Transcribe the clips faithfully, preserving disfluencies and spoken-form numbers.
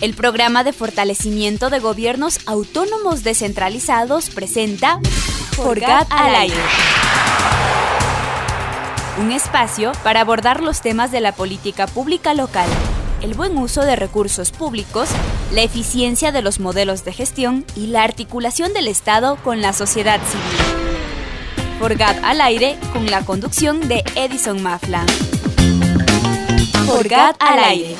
El programa de fortalecimiento de gobiernos autónomos descentralizados presenta Forgat al aire. Un espacio para abordar los temas de la política pública local, el buen uso de recursos públicos, la eficiencia de los modelos de gestión y la articulación del Estado con la sociedad civil. Forgat al aire con la conducción de Edison Mafla. Forgat al aire.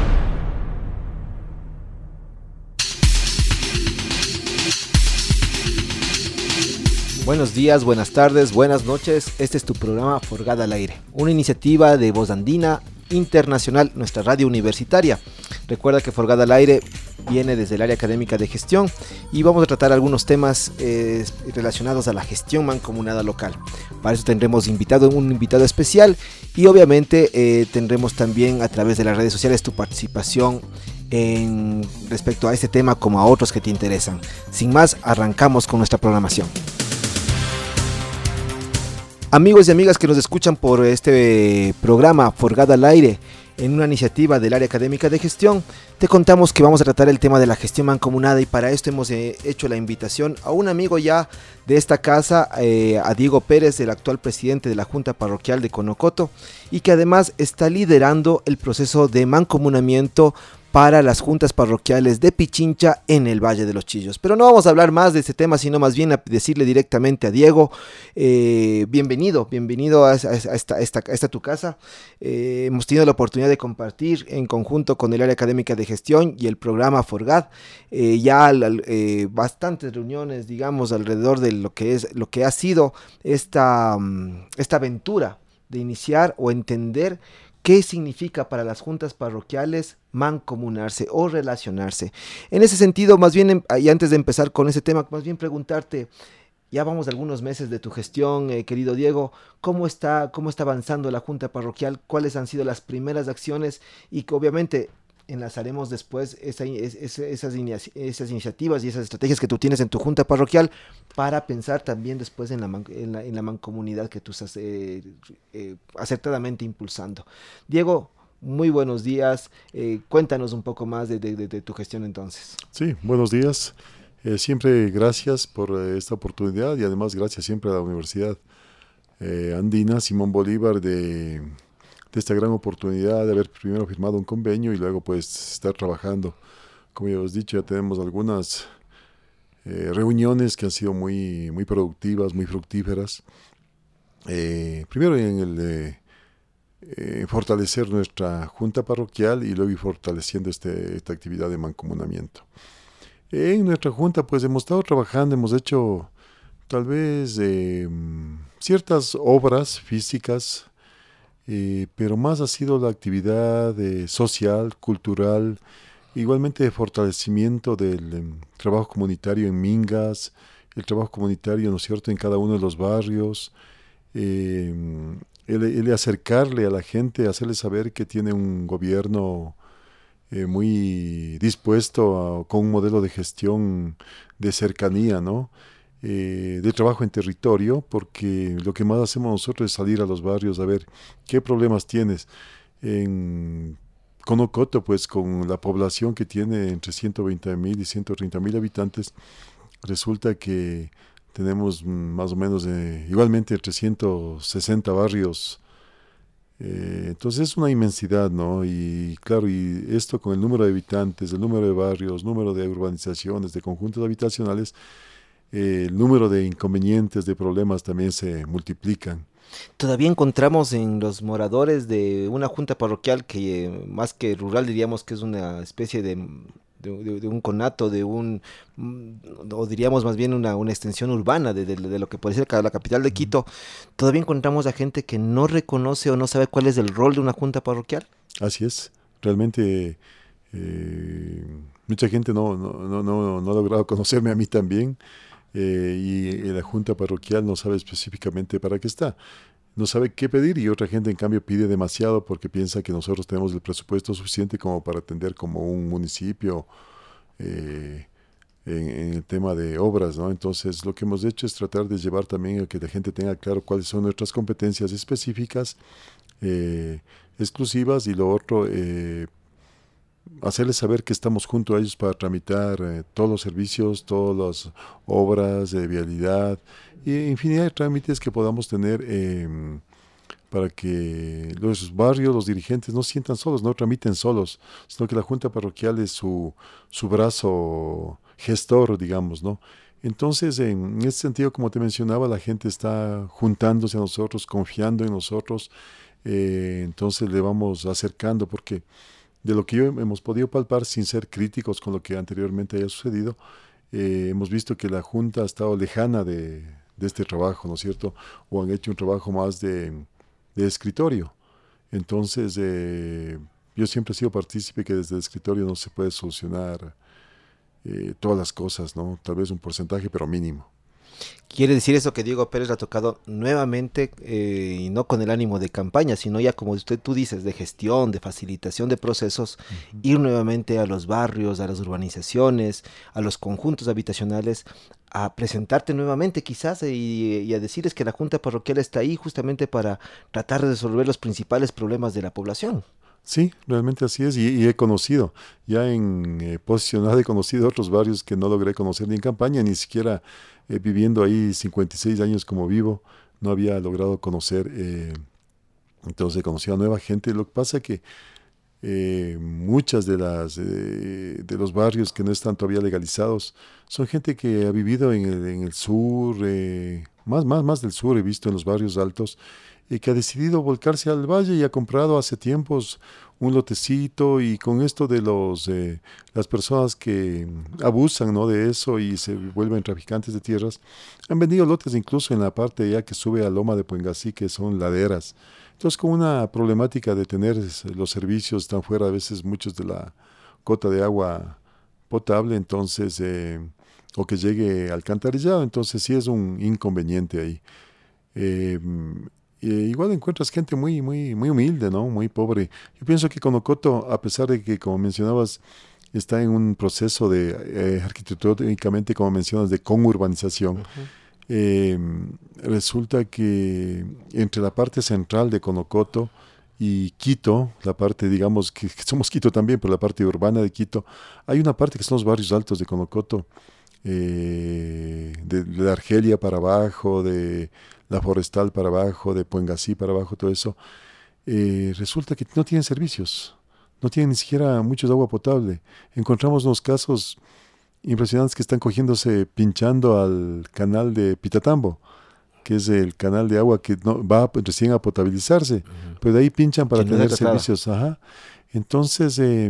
Buenos días, buenas tardes, buenas noches. Este es tu programa Forgat al aire, una iniciativa de Voz Andina Internacional, nuestra radio universitaria. Recuerda que Forgat al aire viene desde el área académica de gestión y vamos a tratar algunos temas eh, relacionados a la gestión mancomunada local. Para eso tendremos invitado, un invitado especial y obviamente eh, tendremos también a través de las redes sociales tu participación en respecto a este tema como a otros que te interesan. Sin más, arrancamos con nuestra programación. Amigos y amigas que nos escuchan por este programa Forgat al aire, en una iniciativa del área académica de gestión, te contamos que vamos a tratar el tema de la gestión mancomunada y para esto hemos eh, hecho la invitación a un amigo ya de esta casa, eh, a Diego Pérez, el actual presidente de la Junta Parroquial de Conocoto y que además está liderando el proceso de mancomunamiento para las juntas parroquiales de Pichincha en el Valle de los Chillos. Pero no vamos a hablar más de este tema, sino más bien a decirle directamente a Diego, eh, bienvenido, bienvenido a, a, a, esta, a, esta, a esta tu casa. Eh, hemos tenido la oportunidad de compartir en conjunto con el área académica de gestión y el programa Forgat, eh, ya eh, bastantes reuniones, digamos, alrededor de lo que es, lo que ha sido esta, esta aventura de iniciar o entender ¿qué significa para las juntas parroquiales mancomunarse o relacionarse? En ese sentido, más bien, y antes de empezar con ese tema, más bien preguntarte, ya vamos algunos meses de tu gestión, eh, querido Diego, ¿cómo está, cómo está avanzando la junta parroquial? ¿Cuáles han sido las primeras acciones? Y que obviamente enlazaremos después esa, esa, esas, esas iniciativas y esas estrategias que tú tienes en tu junta parroquial para pensar también después en la, man, en la, en la mancomunidad que tú estás eh, eh, acertadamente impulsando. Diego, muy buenos días. Eh, cuéntanos un poco más de, de, de, de tu gestión entonces. Sí, buenos días. Eh, siempre gracias por eh, esta oportunidad y además gracias siempre a la Universidad eh, Andina Simón Bolívar de... de esta gran oportunidad de haber primero firmado un convenio y luego pues estar trabajando. Como ya os he dicho, ya tenemos algunas eh, reuniones que han sido muy, muy productivas, muy fructíferas. Eh, primero en el de eh, fortalecer nuestra junta parroquial y luego ir fortaleciendo este, esta actividad de mancomunamiento. En nuestra junta pues hemos estado trabajando, hemos hecho tal vez eh, ciertas obras físicas, Eh, pero más ha sido la actividad eh, social, cultural, igualmente de fortalecimiento del eh, trabajo comunitario en Mingas, el trabajo comunitario, ¿no es cierto?, en cada uno de los barrios, eh, el, el acercarle a la gente, hacerle saber que tiene un gobierno eh, muy dispuesto a, con un modelo de gestión de cercanía, ¿no?, Eh, de trabajo en territorio, porque lo que más hacemos nosotros es salir a los barrios a ver qué problemas tienes. En Conocoto, pues con la población que tiene entre ciento veinte mil y ciento treinta mil habitantes, resulta que tenemos más o menos eh, igualmente entre ciento sesenta barrios. Eh, entonces es una inmensidad, ¿no? Y claro, y esto con el número de habitantes, el número de barrios, número de urbanizaciones, de conjuntos habitacionales, Eh, el número de inconvenientes, de problemas también se multiplican. Todavía encontramos en los moradores de una junta parroquial que eh, más que rural diríamos que es una especie de, de, de, de un conato, de un, o diríamos más bien una, una extensión urbana de, de, de lo que puede ser la capital de Quito. Todavía encontramos a gente que no reconoce o no sabe cuál es el rol de una junta parroquial. Así es, realmente eh, mucha gente no, no, no, no, no ha logrado conocerme a mí también. Eh, y la junta parroquial no sabe específicamente para qué está, no sabe qué pedir y otra gente en cambio pide demasiado porque piensa que nosotros tenemos el presupuesto suficiente como para atender como un municipio eh, en, en el tema de obras, ¿no? Entonces lo que hemos hecho es tratar de llevar también a que la gente tenga claro cuáles son nuestras competencias específicas, eh, exclusivas y lo otro, eh, hacerles saber que estamos junto a ellos para tramitar eh, todos los servicios, todas las obras de vialidad y infinidad de trámites que podamos tener eh, para que los barrios, los dirigentes no sientan solos, no tramiten solos, sino que la Junta Parroquial es su, su brazo gestor, digamos, ¿no? Entonces, en ese sentido, como te mencionaba, la gente está juntándose a nosotros, confiando en nosotros, eh, entonces le vamos acercando, porque de lo que yo hemos podido palpar, sin ser críticos con lo que anteriormente haya sucedido, eh, hemos visto que la Junta ha estado lejana de, de este trabajo, ¿no es cierto? O han hecho un trabajo más de, de escritorio. Entonces, eh, yo siempre he sido partícipe que desde el escritorio no se puede solucionar Eh, todas las cosas, ¿no? Tal vez un porcentaje, pero mínimo. Quiere decir eso que Diego Pérez ha tocado nuevamente, eh, y no con el ánimo de campaña, sino ya como usted tú dices, de gestión, de facilitación de procesos, uh-huh. ir nuevamente a los barrios, a las urbanizaciones, a los conjuntos habitacionales, a presentarte nuevamente quizás y, y a decirles que la Junta Parroquial está ahí justamente para tratar de resolver los principales problemas de la población. Sí, realmente así es, y, y he conocido, ya en eh, posicionado he conocido otros barrios que no logré conocer ni en campaña, ni siquiera eh, viviendo ahí cincuenta y seis años como vivo, no había logrado conocer, eh, entonces he conocido a nueva gente. Lo que pasa es que eh, muchas de las eh, de los barrios que no están todavía legalizados son gente que ha vivido en el, en el sur, eh, más, más, más del sur he visto en los barrios altos, y que ha decidido volcarse al valle y ha comprado hace tiempos un lotecito, y con esto de los eh, las personas que abusan, ¿no?, de eso y se vuelven traficantes de tierras, han vendido lotes incluso en la parte ya que sube a Loma de Puengasí, que son laderas. Entonces, con una problemática de tener los servicios tan fuera a veces muchos de la cota de agua potable, entonces eh, o que llegue alcantarillado, entonces sí es un inconveniente ahí. Eh, Eh, igual encuentras gente muy, muy, muy humilde, ¿no? Muy pobre. Yo pienso que Conocoto, a pesar de que, como mencionabas, está en un proceso de eh, arquitectónicamente, como mencionas, de conurbanización, uh-huh. eh, resulta que entre la parte central de Conocoto y Quito, la parte, digamos, que, que somos Quito también, pero la parte urbana de Quito, hay una parte que son los barrios altos de Conocoto, eh, de, de la Argelia para abajo, de la Forestal para abajo, de Puengasí para abajo, todo eso, eh, resulta que no tienen servicios, no tienen ni siquiera muchos de agua potable. Encontramos unos casos impresionantes que están cogiéndose, pinchando al canal de Pitatambo, que es el canal de agua que no, va recién a potabilizarse, uh-huh. pero de ahí pinchan para tener servicios. Ajá. Entonces, eh,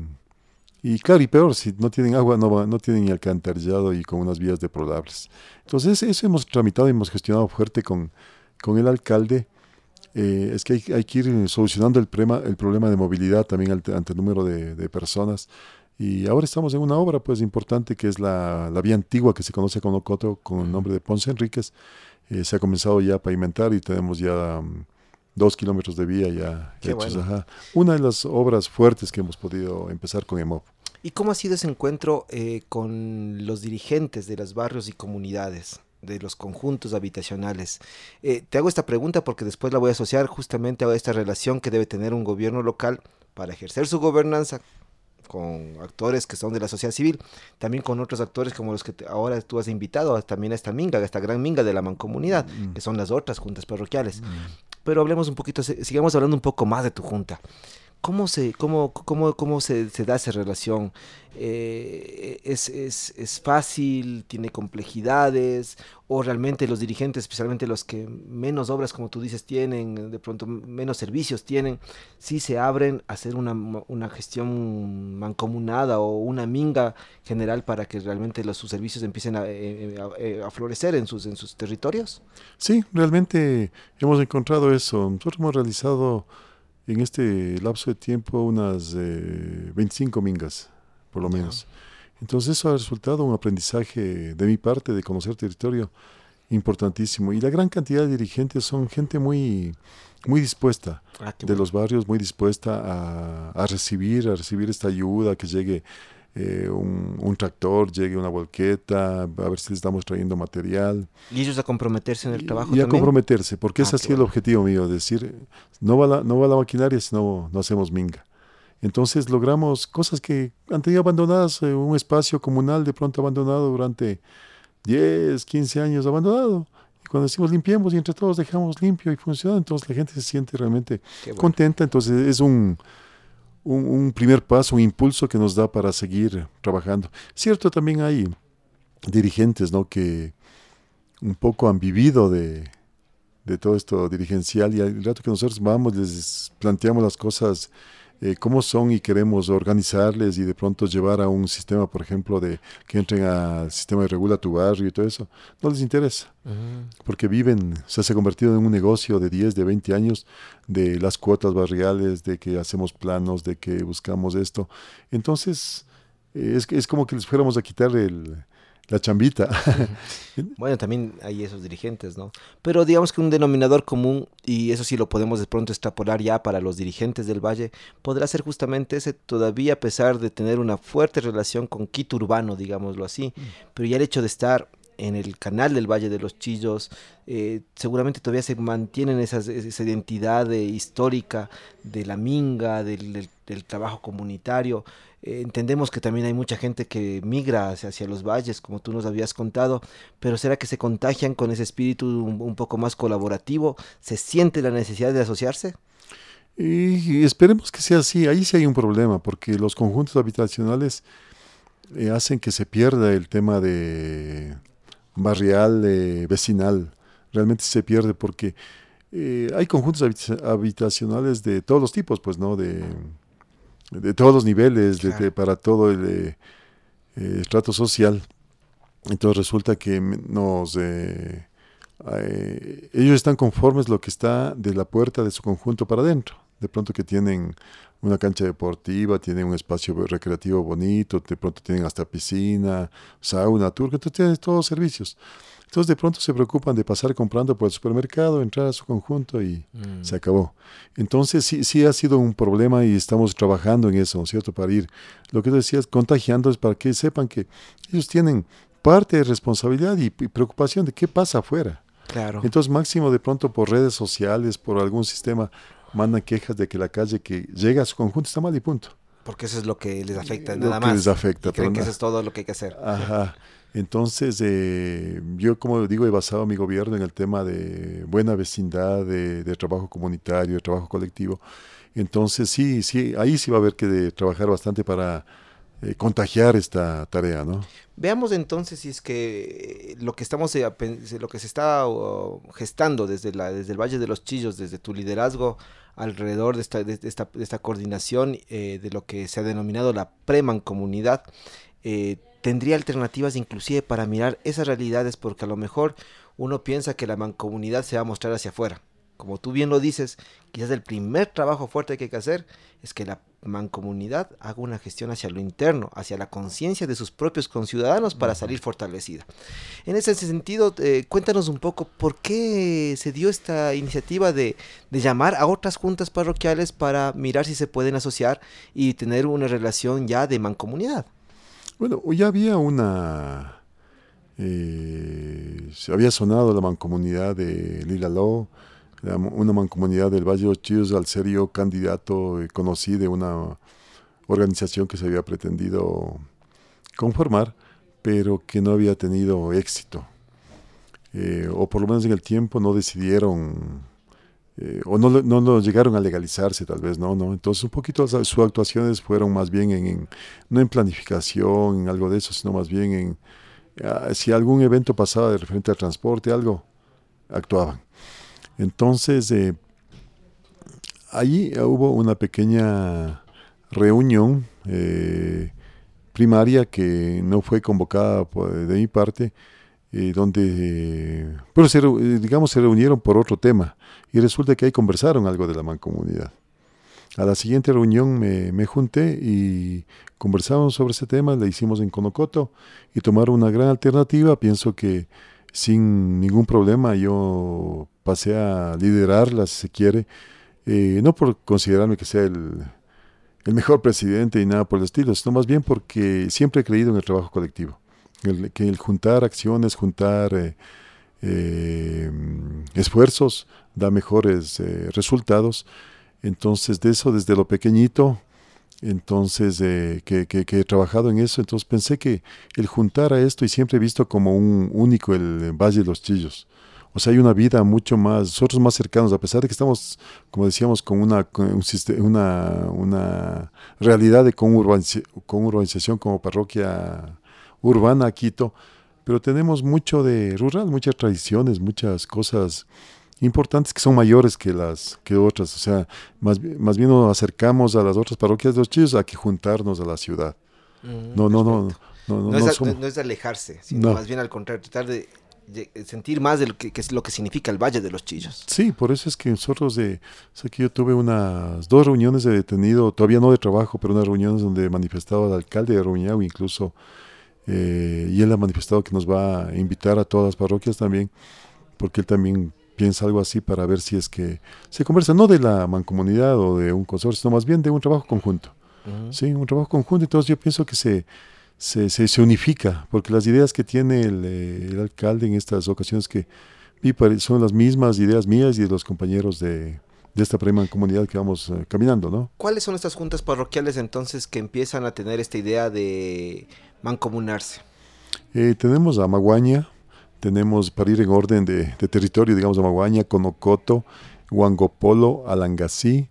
y claro, y peor, si no tienen agua, no, no tienen ni alcantarillado y con unas vías deplorables. Entonces, eso hemos tramitado y hemos gestionado fuerte con, con el alcalde. Eh, es que hay, hay que ir solucionando el problema, el problema de movilidad también ante, ante el número de, de personas. Y ahora estamos en una obra pues importante que es la, la vía antigua que se conoce como Conocoto con el nombre de Ponce Enríquez. Eh, se ha comenzado ya a pavimentar y tenemos ya um, dos kilómetros de vía ya Qué hechos. Bueno. Ajá. Una de las obras fuertes que hemos podido empezar con EMOP. ¿Y cómo ha sido ese encuentro eh, con los dirigentes de los barrios y comunidades, de los conjuntos habitacionales? Eh, te hago esta pregunta porque después la voy a asociar justamente a esta relación que debe tener un gobierno local para ejercer su gobernanza con actores que son de la sociedad civil, también con otros actores como los que te, ahora tú has invitado, también a esta minga, a esta gran minga de la mancomunidad, mm. que son las otras juntas parroquiales. Mm. Pero hablemos un poquito, sigamos hablando un poco más de tu junta. ¿Cómo se, cómo, cómo, cómo se, se da esa relación? Eh, ¿es, es, ¿Es fácil? ¿Tiene complejidades? ¿O realmente los dirigentes, especialmente los que menos obras, como tú dices, tienen, de pronto menos servicios tienen, sí se abren a hacer una, una gestión mancomunada o una minga general para que realmente los, sus servicios empiecen a, a, a florecer en sus, en sus territorios? Sí, realmente hemos encontrado eso. Nosotros hemos realizado en este lapso de tiempo unas eh, veinticinco mingas, por lo menos. Entonces eso ha resultado un aprendizaje de mi parte, de conocer territorio importantísimo. Y la gran cantidad de dirigentes son gente muy, muy dispuesta, ah, de bueno. los barrios, muy dispuesta a, a recibir, a recibir esta ayuda, que llegue eh, un, un tractor, llegue una volqueta, a ver si les estamos trayendo material. ¿Y ellos a comprometerse en el trabajo y, y también? a comprometerse, porque ah, ese ha sido bueno. el objetivo mío, decir, no va la, no va la maquinaria si no, no hacemos minga. Entonces logramos cosas que han tenido abandonadas, eh, un espacio comunal de pronto abandonado durante diez, quince años abandonado. Y cuando decimos limpiemos y entre todos dejamos limpio y funciona, entonces la gente se siente realmente bueno. contenta. Entonces es un, un, un primer paso, un impulso que nos da para seguir trabajando. Cierto, también hay dirigentes, ¿no?, que un poco han vivido de, de todo esto dirigencial, y al rato que nosotros vamos les planteamos las cosas eh, cómo son y queremos organizarles y de pronto llevar a un sistema, por ejemplo, de que entren al sistema de regula tu barrio y todo eso, no les interesa, uh-huh. porque viven, o sea, se ha convertido en un negocio de diez, de veinte años, de las cuotas barriales, de que hacemos planos, de que buscamos esto. Entonces, eh, es, es como que les fuéramos a quitar el... la chambita. Bueno, también hay esos dirigentes, ¿no? Pero digamos que un denominador común, y eso sí lo podemos de pronto extrapolar ya para los dirigentes del Valle, podrá ser justamente ese, todavía a pesar de tener una fuerte relación con Quito urbano, digámoslo así, mm. pero ya el hecho de estar en el canal del Valle de los Chillos, eh, seguramente todavía se mantienen esas, esa identidad de, histórica de la minga, del, del, del trabajo comunitario. Eh, entendemos que también hay mucha gente que migra hacia, hacia los valles, como tú nos habías contado, pero ¿será que se contagian con ese espíritu un, un poco más colaborativo? ¿Se siente la necesidad de asociarse? Y, y esperemos que sea así. Ahí sí hay un problema, porque los conjuntos habitacionales eh, hacen que se pierda el tema de barrial, eh, vecinal. Realmente se pierde porque eh, hay conjuntos habita- habitacionales de todos los tipos, pues, ¿no? De, de todos los niveles, claro. de, de, para todo el eh, eh, estrato social. Entonces resulta que nos eh, eh, ellos están conformes lo que está de la puerta de su conjunto para adentro. De pronto que tienen una cancha deportiva, tienen un espacio recreativo bonito, de pronto tienen hasta piscina, sauna, turco, entonces tienen todos los servicios. Entonces de pronto se preocupan de pasar comprando por el supermercado, entrar a su conjunto y mm. se acabó. Entonces sí, sí ha sido un problema y estamos trabajando en eso, ¿no es cierto? Para ir, lo que tú decías, contagiando, es para que sepan que ellos tienen parte de responsabilidad y, y preocupación de qué pasa afuera. Claro. Entonces máximo de pronto por redes sociales, por algún sistema, mandan quejas de que la calle que llega a su conjunto está mal y punto. Porque eso es lo que les afecta, lo nada que más. les afecta. Y creen que eso es todo lo que hay que hacer. Ajá. Entonces, eh, yo como digo, he basado mi gobierno en el tema de buena vecindad, de, de trabajo comunitario, de trabajo colectivo. Entonces, sí, sí, ahí sí va a haber que de, trabajar bastante para eh, contagiar esta tarea, ¿no? Veamos entonces si es que lo que estamos eh, lo que se está uh, gestando desde la desde el Valle de los Chillos, desde tu liderazgo alrededor de esta de esta, de esta coordinación eh, de lo que se ha denominado la premancomunidad, eh, tendría alternativas inclusive para mirar esas realidades, porque a lo mejor uno piensa que la mancomunidad se va a mostrar hacia afuera. Como tú bien lo dices, quizás el primer trabajo fuerte que hay que hacer es que la mancomunidad haga una gestión hacia lo interno, hacia la conciencia de sus propios conciudadanos para salir fortalecida. En ese sentido, eh, cuéntanos un poco por qué se dio esta iniciativa de, de llamar a otras juntas parroquiales para mirar si se pueden asociar y tener una relación ya de mancomunidad. Bueno, ya había una... Eh, se había sonado la mancomunidad de Lilaló, una mancomunidad del Valle de los Chillos, al ser yo candidato, eh, conocí de una organización que se había pretendido conformar, pero que no había tenido éxito. Eh, o por lo menos en el tiempo no decidieron, eh, o no, no, no llegaron a legalizarse tal vez, ¿no? ¿no? Entonces un poquito sus actuaciones fueron más bien en, en no en planificación, en algo de eso, sino más bien en, uh, si algún evento pasaba de referente al transporte, algo, actuaban. Entonces, eh, allí hubo una pequeña reunión eh, primaria que no fue convocada por, de mi parte, eh, donde, eh, pero se, digamos, se reunieron por otro tema y resulta que ahí conversaron algo de la mancomunidad. A la siguiente reunión me, me junté y conversamos sobre ese tema, la hicimos en Conocoto y tomaron una gran alternativa. Pienso que sin ningún problema yo pasé a liderarla, si se quiere, eh, no por considerarme que sea el, el mejor presidente y nada por el estilo, sino más bien porque siempre he creído en el trabajo colectivo, el, que el juntar acciones, juntar eh, eh, esfuerzos da mejores eh, resultados. Entonces de eso, desde lo pequeñito, entonces eh, que, que, que he trabajado en eso, entonces pensé que el juntar a esto, y siempre he visto como un único el Valle de los Chillos. O sea, hay una vida mucho más, nosotros más cercanos, a pesar de que estamos, como decíamos, con una, con un sistema, una, una realidad de con, urbaniz con urbanización como parroquia urbana, Quito, pero tenemos mucho de rural, muchas tradiciones, muchas cosas importantes que son mayores que las que otras. O sea, más, más bien nos acercamos a las otras parroquias de los Chillos a que juntarnos a la ciudad. Mm, no, no, no, no, no, no, no, no, es, somos... no, no es de alejarse, sino no. más bien al contrario, tratar de sentir más de lo que, que es lo que significa el Valle de los Chillos. Sí, por eso es que nosotros, de, o sea, que yo tuve unas dos reuniones de detenido, todavía no de trabajo, pero unas reuniones donde manifestaba el alcalde de Rumiñahui incluso, eh, y él ha manifestado que nos va a invitar a todas las parroquias también, porque él también piensa algo así para ver si es que se conversa, no de la mancomunidad o de un consorcio, sino más bien de un trabajo conjunto. Uh-huh. Sí, un trabajo conjunto, entonces yo pienso que se... Se, se, se unifica, porque las ideas que tiene el, el alcalde en estas ocasiones que vi son las mismas ideas mías y de los compañeros de, de esta primera comunidad que vamos uh, caminando, ¿no? ¿Cuáles son estas juntas parroquiales entonces que empiezan a tener esta idea de mancomunarse? Eh, tenemos a Amaguaña, tenemos para ir en orden de, de territorio, digamos Amaguaña, Conocoto, Huangopolo, Alangasí,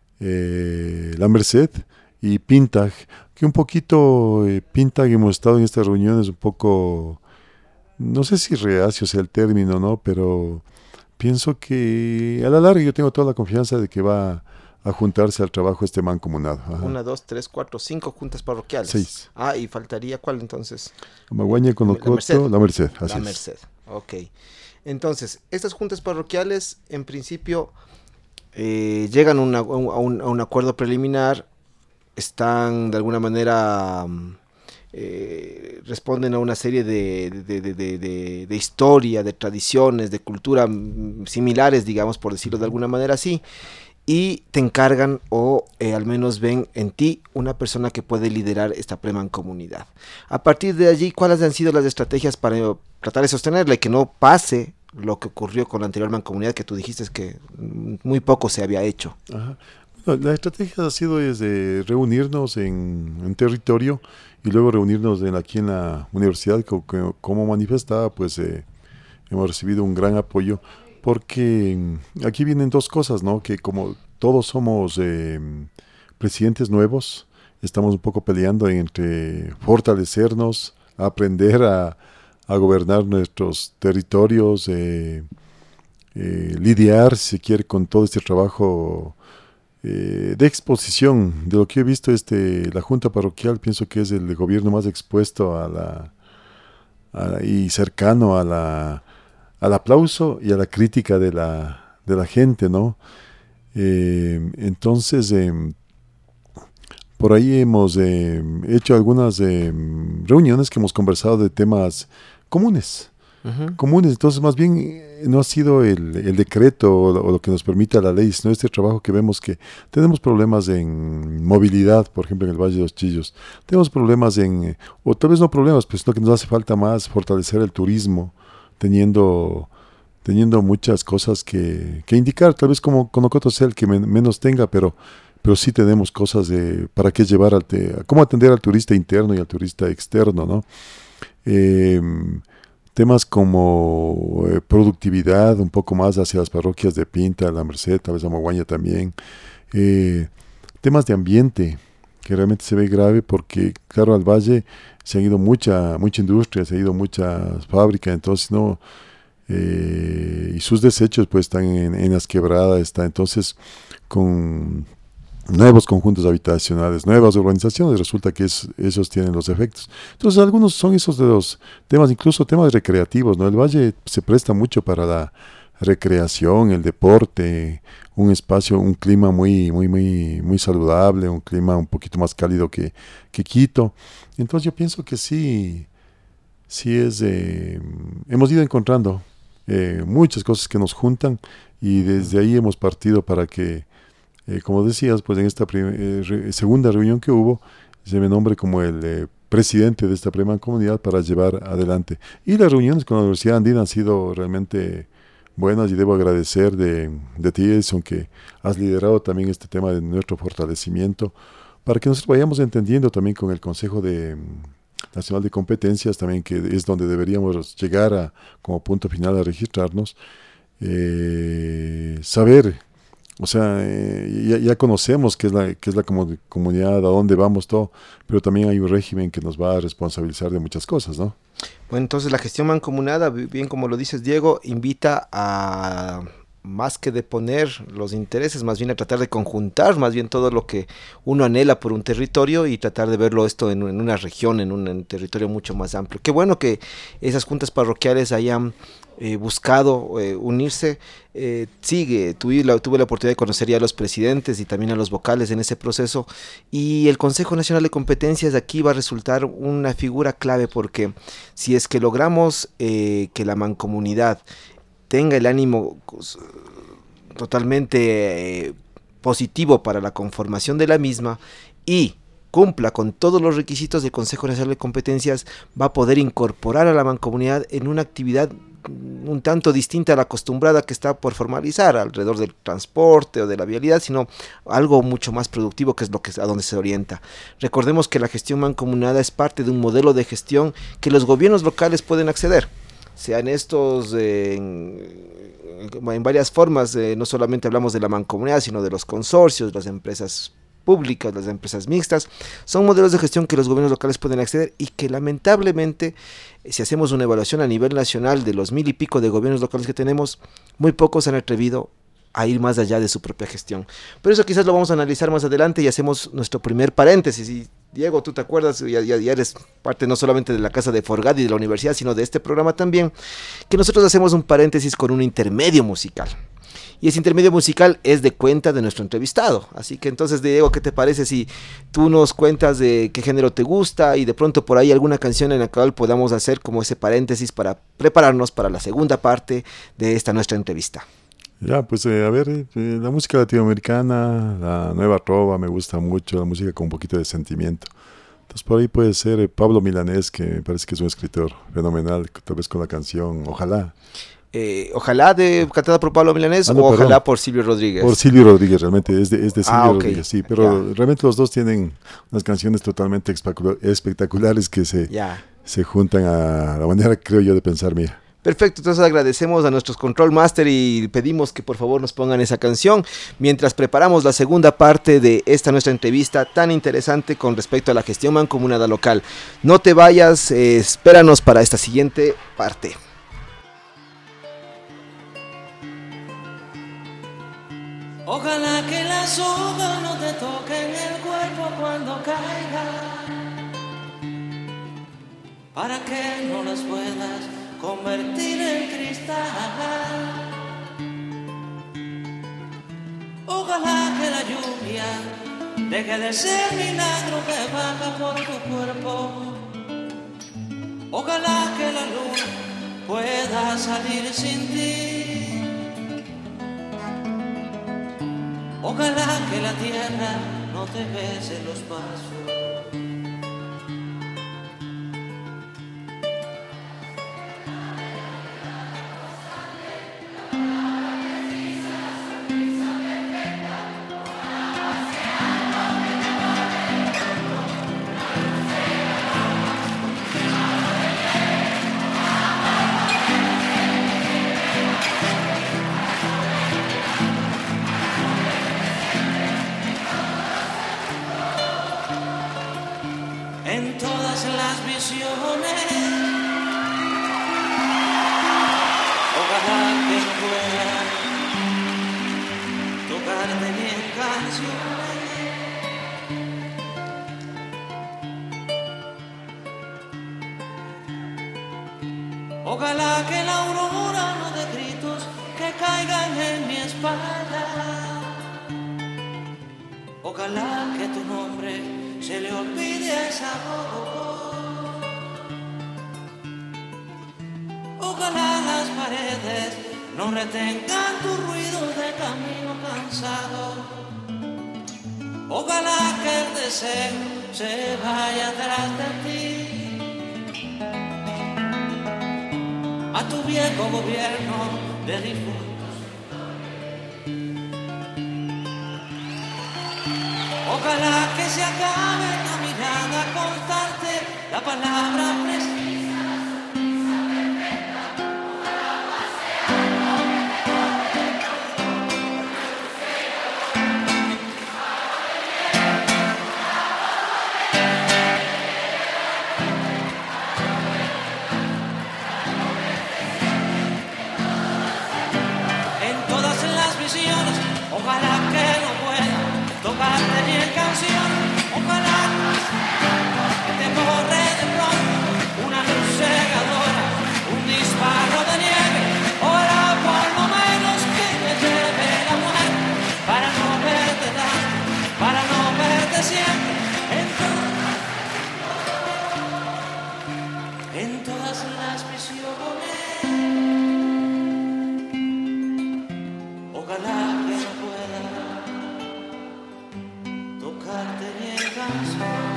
eh, La Merced y Pintag, que un poquito eh, Pintag hemos estado en estas reuniones un poco, no sé si reacio sea el término, ¿no? Pero pienso que a la larga yo tengo toda la confianza de que va a juntarse al trabajo este mancomunado. Ajá. Una, dos, tres, cuatro, cinco juntas parroquiales. Seis. Ah, y faltaría ¿cuál entonces? Amaguaña, Conocoto, La Merced. La Merced, así La es. Merced, ok. Entonces, estas juntas parroquiales, en principio, eh, llegan a, una, a, un, a un acuerdo preliminar, están de alguna manera, eh, responden a una serie de, de, de, de, de, de historia, de tradiciones, de cultura similares, digamos, por decirlo de alguna manera así, y te encargan o eh, al menos ven en ti una persona que puede liderar esta premancomunidad. A partir de allí, ¿cuáles han sido las estrategias para tratar de sostenerla y que no pase lo que ocurrió con la anterior mancomunidad que tú dijiste que muy poco se había hecho? Ajá. La estrategia ha sido desde reunirnos en, en territorio y luego reunirnos en, aquí en la universidad, como, como manifestaba, pues eh, hemos recibido un gran apoyo, porque aquí vienen dos cosas, ¿no? Que como todos somos eh, presidentes nuevos, estamos un poco peleando entre fortalecernos, aprender a, a gobernar nuestros territorios, eh, eh, lidiar, si se quiere, con todo este trabajo Eh, de exposición. De lo que he visto, este, la Junta Parroquial pienso que es el gobierno más expuesto a la, a la y cercano a la, al aplauso y a la crítica de la, de la gente, ¿no? Eh, entonces, eh, por ahí hemos eh, hecho algunas eh, reuniones que hemos conversado de temas comunes. Uh-huh. comunes, entonces más bien no ha sido el, el decreto o lo, o lo que nos permite la ley, sino este trabajo que vemos que tenemos problemas en movilidad, por ejemplo en el Valle de los Chillos, tenemos problemas en, o tal vez no problemas, pues sino que nos hace falta más fortalecer el turismo, teniendo teniendo muchas cosas que, que indicar, tal vez como Conocoto sea el que men, menos tenga, pero pero sí tenemos cosas de para qué llevar al, te, cómo atender al turista interno y al turista externo, ¿no? Eh, Temas como eh, productividad, un poco más hacia las parroquias de Pinta, La Merced, tal vez Amaguaña también. Eh, temas de ambiente, que realmente se ve grave porque, claro, al valle se han ido mucha mucha industria, se han ido muchas fábricas, entonces no... Eh, y sus desechos pues están en, en las quebradas, está entonces con... nuevos conjuntos habitacionales, nuevas urbanizaciones, resulta que es, esos tienen los efectos. Entonces algunos son esos de los temas, incluso temas recreativos, ¿no? El valle se presta mucho para la recreación, el deporte, un espacio, un clima muy, muy, muy, muy saludable, un clima un poquito más cálido que, que Quito. Entonces yo pienso que sí, sí es, eh, hemos ido encontrando eh, muchas cosas que nos juntan y desde ahí hemos partido para que Eh, como decías, pues en esta eh, re, segunda reunión que hubo, se me nombre como el eh, presidente de esta primera comunidad para llevar adelante. Y las reuniones con la Universidad Andina han sido realmente buenas y debo agradecer de, de ti, Edson, que has liderado también este tema de nuestro fortalecimiento para que nosotros vayamos entendiendo también con el Consejo de, Nacional de Competencias, también que es donde deberíamos llegar a, como punto final a registrarnos, eh, saber, o sea, eh, ya, ya conocemos qué es la, qué es la comu- comunidad, a dónde vamos, todo, pero también hay un régimen que nos va a responsabilizar de muchas cosas, ¿no? Bueno, entonces la gestión mancomunada, bien como lo dices Diego, invita a más que de poner los intereses, más bien a tratar de conjuntar más bien todo lo que uno anhela por un territorio y tratar de verlo esto en, en una región, en un, en un territorio mucho más amplio. Qué bueno que esas juntas parroquiales hayan eh, buscado eh, unirse. Eh, sigue, tuve la, tuve la oportunidad de conocer ya a los presidentes y también a los vocales en ese proceso, y el Consejo Nacional de Competencias aquí va a resultar una figura clave, porque si es que logramos eh, que la mancomunidad tenga el ánimo totalmente eh, positivo para la conformación de la misma y cumpla con todos los requisitos del Consejo Nacional de Competencias, va a poder incorporar a la mancomunidad en una actividad un tanto distinta a la acostumbrada que está por formalizar alrededor del transporte o de la vialidad, sino algo mucho más productivo, que es lo que a donde se orienta. Recordemos que la gestión mancomunada es parte de un modelo de gestión que los gobiernos locales pueden acceder, sean estos eh, en, en varias formas, eh, no solamente hablamos de la mancomunidad, sino de los consorcios, las empresas públicas, las empresas mixtas. Son modelos de gestión que los gobiernos locales pueden acceder y que lamentablemente, si hacemos una evaluación a nivel nacional de los mil y pico de gobiernos locales que tenemos, muy pocos han atrevido a ir más allá de su propia gestión. Pero eso quizás lo vamos a analizar más adelante y hacemos nuestro primer paréntesis. Y Diego, tú te acuerdas, ya, ya, ya eres parte no solamente de la Casa de Forgada y de la universidad, sino de este programa también, que nosotros hacemos un paréntesis con un intermedio musical. Y ese intermedio musical es de cuenta de nuestro entrevistado. Así que entonces, Diego, ¿qué te parece si tú nos cuentas de qué género te gusta y de pronto por ahí alguna canción en la cual podamos hacer como ese paréntesis para prepararnos para la segunda parte de esta nuestra entrevista? Ya, pues eh, a ver, eh, la música latinoamericana, la nueva trova me gusta mucho, la música con un poquito de sentimiento. Entonces por ahí puede ser eh, Pablo Milanés, que me parece que es un escritor fenomenal, tal vez con la canción Ojalá. Eh, ojalá de cantada por Pablo Milanés ah, no, o ojalá perdón. por Silvio Rodríguez. Por Silvio Rodríguez, realmente, es de, es de Silvio ah, okay. Rodríguez, sí, pero ya. realmente los dos tienen unas canciones totalmente espectaculares que se, ya. se juntan a la manera, creo yo, de pensar mía. Perfecto, entonces agradecemos a nuestros Control Master y pedimos que por favor nos pongan esa canción mientras preparamos la segunda parte de esta nuestra entrevista tan interesante con respecto a la gestión mancomunada local. No te vayas, eh, espéranos para esta siguiente parte. Ojalá que las hojas no te toquen el cuerpo cuando caiga, para que no las puedas convertir en cristal. Ojalá que la lluvia deje de ser milagro que baja por tu cuerpo. Ojalá que la luz pueda salir sin ti. Ojalá que la tierra no te bese los pasos. En todas las visiones, ojalá que pueda tocarte ni en canciones. Ojalá que la aurora no dé gritos que caigan en mi espalda. Ojalá que tu nombre se le olvide a esa voz. Ojalá las paredes no retengan tu ruido de camino cansado. Ojalá que el deseo se vaya tras de ti. A tu viejo gobierno de difuntos. Ojalá Ojalá que se acabe la mirada constante, la palabra precisa. Ojalá que no pueda tocarte ni en canción. Ojalá que te corre de pronto una luz cegadora, un disparo de nieve. Ojalá por lo menos que me lleve la muerte para no verte tanto, para no verte siempre. En, to- en todas las visiones. Ojalá que no pueda tocarte ni en canción.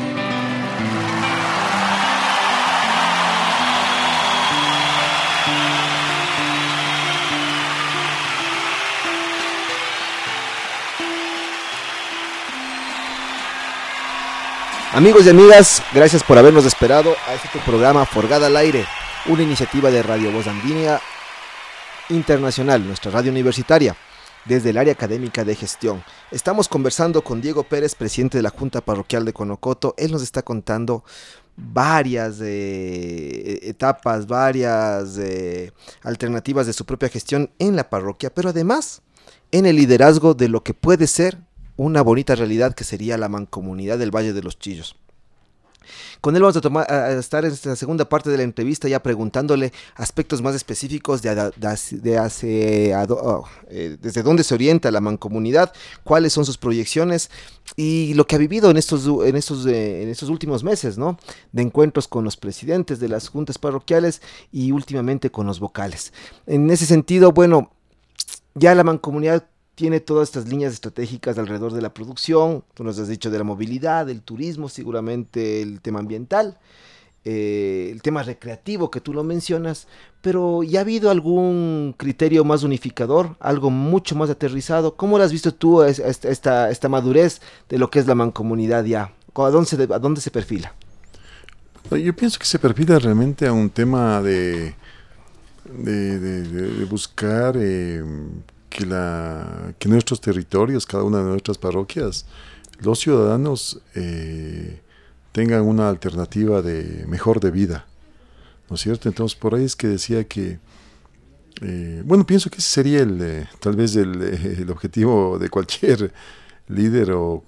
Amigos y amigas, gracias por habernos esperado a este tu programa Forgada al Aire, una iniciativa de Radio Voz Andina Internacional, nuestra radio universitaria, desde el área académica de gestión. Estamos conversando con Diego Pérez, presidente de la Junta Parroquial de Conocoto. Él nos está contando varias eh, etapas, varias eh, alternativas de su propia gestión en la parroquia, pero además en el liderazgo de lo que puede ser una bonita realidad que sería la mancomunidad del Valle de los Chillos. Con él vamos a, tomar, a estar en esta segunda parte de la entrevista ya preguntándole aspectos más específicos de, de, de hace, oh, eh, desde dónde se orienta la mancomunidad, cuáles son sus proyecciones y lo que ha vivido en estos, en estos, eh, en estos últimos meses, ¿no? De encuentros con los presidentes de las juntas parroquiales y últimamente con los vocales. En ese sentido, bueno, ya la mancomunidad tiene todas estas líneas estratégicas alrededor de la producción, tú nos has dicho de la movilidad, del turismo, seguramente el tema ambiental, eh, el tema recreativo que tú lo mencionas, pero ¿ya ha habido algún criterio más unificador, algo mucho más aterrizado? ¿Cómo lo has visto tú esta, esta, esta madurez de lo que es la mancomunidad ya? ¿A dónde se, a dónde se perfila? Yo pienso que se perfila realmente a un tema de, de, de, de buscar... Eh, Que, la, que nuestros territorios, cada una de nuestras parroquias, los ciudadanos eh, tengan una alternativa de mejor de vida, ¿no es cierto? Entonces por ahí es que decía que, eh, bueno, pienso que ese sería el, eh, tal vez el, eh, el objetivo de cualquier líder o